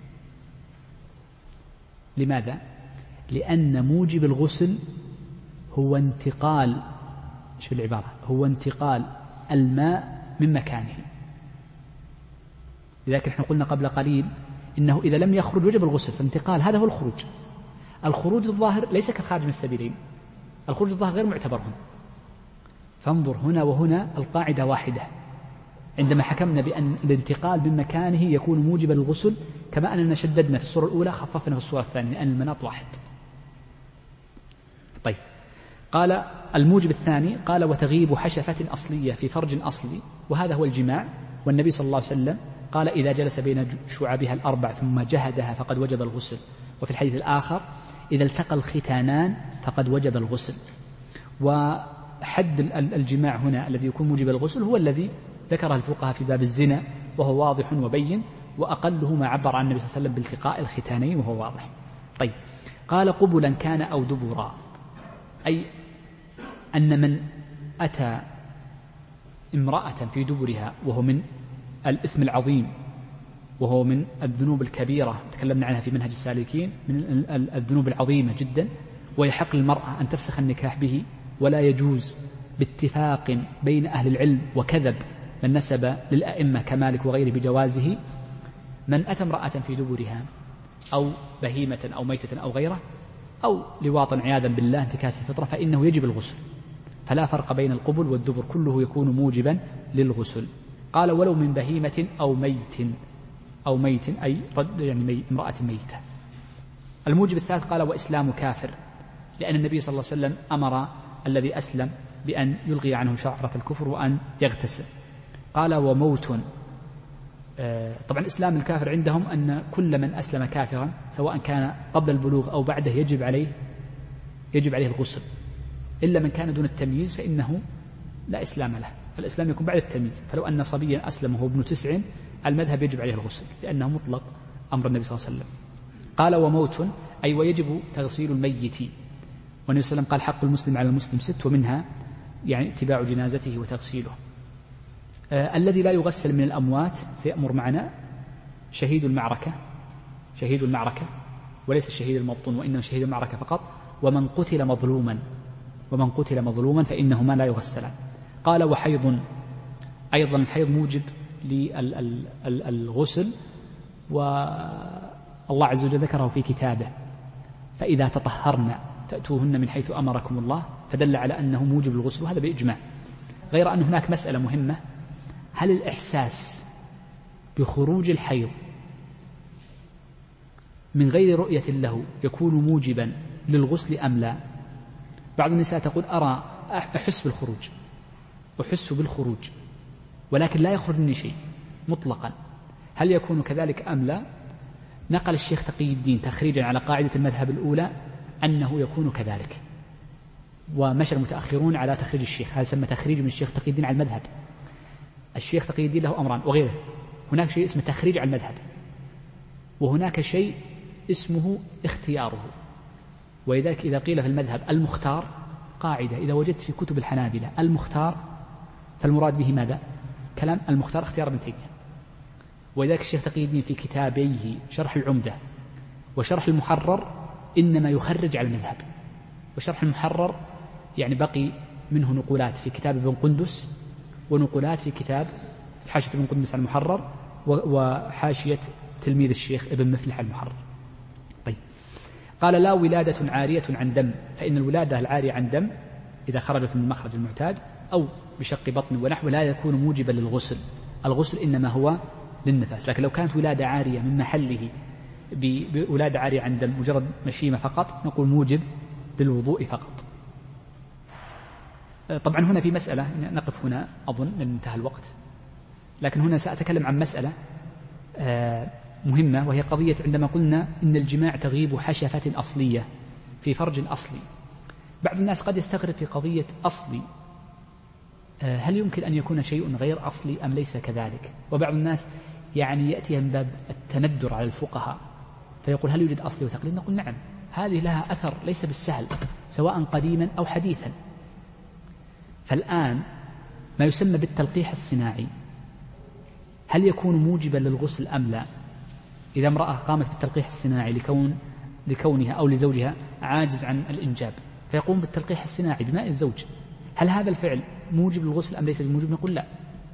لماذا؟ لأن موجب الغسل هو انتقال، شو العبارة؟ هو انتقال الماء من مكانه. لذلك نحن قلنا قبل قليل إنه إذا لم يخرج وجب الغسل، فالانتقال هذا هو الخروج. الخروج الظاهر ليس كالخارج من السبيلين، الخروج الظاهر غير معتبر هنا. فانظر هنا وهنا القاعدة واحدة، عندما حكمنا بأن الانتقال من مكانه يكون موجبا للغسل، كما أننا شددنا في الصورة الأولى خففنا في الصورة الثانية لأن المناط واحد. طيب، قال الموجب الثاني قال وتغيب حشفة أصلية في فرج أصلي، وهذا هو الجماع، والنبي صلى الله عليه وسلم قال إذا جلس بين شعبها الأربع ثم جهدها فقد وجب الغسل، وفي الحديث الآخر إذا التقى الختانان فقد وجب الغسل. وحد الجماع هنا الذي يكون موجب الغسل هو الذي ذكره الفقهاء في باب الزنا، وهو واضح وبين، وأقله ما عبر عن النبي صلى الله عليه وسلم بالتقاء الختانين وهو واضح. طيب، قال قبلا كان أو دبرا، أي أن من أتى امرأة في دبرها وهو من الإثم العظيم وهو من الذنوب الكبيرة، تكلمنا عنها في منهج السالكين، من الذنوب العظيمة جدا، ويحق للمرأة أن تفسخ النكاح به، ولا يجوز باتفاق بين أهل العلم وكذب من نسب للأئمة كمالك وغيره بجوازه. من أتى امرأة في دبرها أو بهيمة أو ميتة أو غيره أو لواطا عياذا بالله انتكاس الفطرة فإنه يجب الغسل، فلا فرق بين القبل والدبر، كله يكون موجبا للغسل. قال ولو من بهيمة أو ميت أي يعني امرأة ميتة. الموجب الثالث قال وإسلام كافر، لأن النبي صلى الله عليه وسلم أمر الذي أسلم بأن يلغي عنه شعرة الكفر وأن يغتسل. قال وموت، طبعا إسلام الكافر عندهم أن كل من أسلم كافرا سواء كان قبل البلوغ أو بعده يجب عليه الغسل، إلا من كان دون التمييز فإنه لا إسلام له، الإسلام يكون بعد التمييز. فلو أن صبيا أسلم وهو ابن 9 المذهب يجب عليه الغسل لأنه مطلق أمر النبي صلى الله عليه وسلم. قال وموت أي ويجب تغسيل الميت، والنبي صلى الله عليه وسلم قال حق المسلم على المسلم 6، ومنها يعني اتباع جنازته وتغسيله. الذي لا يغسل من الأموات سيأمر معنا شهيد المعركة وليس الشهيد المبطون، وإنما شهيد المعركة فقط، ومن قتل مظلوما فإنهما لا يغسلان. قال وحيض، أيضا الحيض موجب للغسل، والله عز وجل ذكره في كتابه فإذا تطهرن فأتوهن من حيث أمركم الله، فدل على أنه موجب للغسل، وهذا بإجماع. غير أن هناك مسألة مهمة، هل الإحساس بخروج الحيض من غير رؤية له يكون موجبا للغسل أم لا؟ بعض النساء تقول أحس بالخروج ولكن لا يخرج مني شيء مطلقا. هل يكون كذلك أم لا؟ نقل الشيخ تقي الدين تخريجا على قاعدة المذهب الأولى أنه يكون كذلك، ومشى المتأخرون على تخريج الشيخ، هذا سمى تخريج من الشيخ تقي الدين على المذهب. الشيخ تقي الدين له أمران وغيره، هناك شيء اسمه تخريج على المذهب، وهناك شيء اسمه اختياره. ولذلك إذا قيل في المذهب المختار، قاعدة إذا وجدت في كتب الحنابلة المختار فالمراد به ماذا؟ كلام المختار اختيار ابن تيمية. ولذلك الشيخ تقي الدين في كتابيه شرح العمدة وشرح المحرر إنما يخرج على المذهب. وشرح المحرر يعني بقي منه نقولات في كتاب ابن قندس، ونقولات في كتاب حاشية ابن قندس على المحرر، وحاشية تلميذ الشيخ ابن مفلح المحرر. طيب، قال لا ولادة عارية عن دم، فإن الولادة العارية عن دم إذا خرجت من المخرج المعتاد أو بشق بطن ونحو لا يكون موجبا للغسل. الغسل إنما هو للنفاس. لكن لو كانت ولادة عارية من محله بولادة عارية عن دم مجرد مشيمة فقط نقول موجب للوضوء فقط. طبعا هنا في مسألة نقف هنا أظن لأن انتهى الوقت، لكن هنا سأتكلم عن مسألة مهمة، وهي قضية عندما قلنا إن الجماع تغيب حشفة أصلية في فرج أصلي. بعض الناس قد يستغرب في قضية أصلي، هل يمكن أن يكون شيء غير أصلي أم ليس كذلك؟ وبعض الناس يعني يأتي من باب التندر على الفقهاء فيقول هل يوجد أصلي وتقليد؟ نقول نعم، هذه لها أثر ليس بالسهل سواء قديما أو حديثا. فالآن ما يسمى بالتلقيح الصناعي هل يكون موجبا للغسل أم لا؟ إذا امرأة قامت بالتلقيح الصناعي لكونها أو لزوجها عاجز عن الإنجاب فيقوم بالتلقيح الصناعي بماء الزوج، هل هذا الفعل موجب للغسل أم ليس بموجب؟ نقول لا،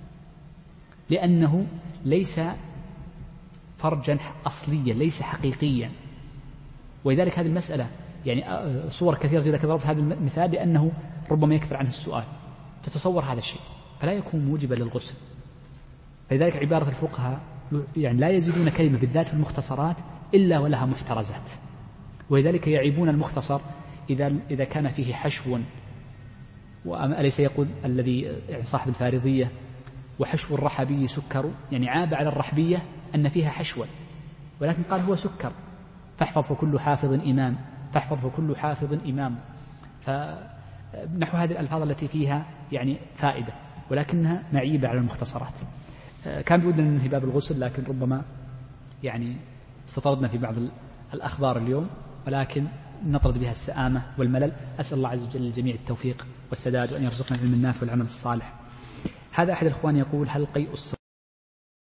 لأنه ليس فرجا أصليا، ليس حقيقيا. ولذلك هذه المسألة يعني صور كثيرة جدا ضربت هذا المثال لأنه ربما يكثر عنه السؤال، تتصور هذا الشيء فلا يكون موجبا للغسل. فلذلك عبارة الفقهاء يعني لا يزيدون كلمة بالذات في المختصرات إلا ولها محترزات، ولذلك يعيبون المختصر إذا كان فيه حشو. وأليس يقول الذي يعني صاحب الفارضية وحشو الرحبي سكر، يعني عاب على الرحبية أن فيها حشوا، ولكن قال هو سكر، فاحفظ فكل حافظ إمام، فاحفظ فكل حافظ إمام. فنحو هذه الألفاظ التي فيها يعني فائدة ولكنها معيبة على المختصرات. كان بودنا ننهي باب الغسل لكن ربما يعني استطردنا في بعض الأخبار اليوم، ولكن نطرد بها السآمة والملل. أسأل الله عز وجل للجميع التوفيق والسداد وأن يرزقنا العلم النافع والعمل الصالح. هذا أحد الإخوان يقول هل قيء الصبي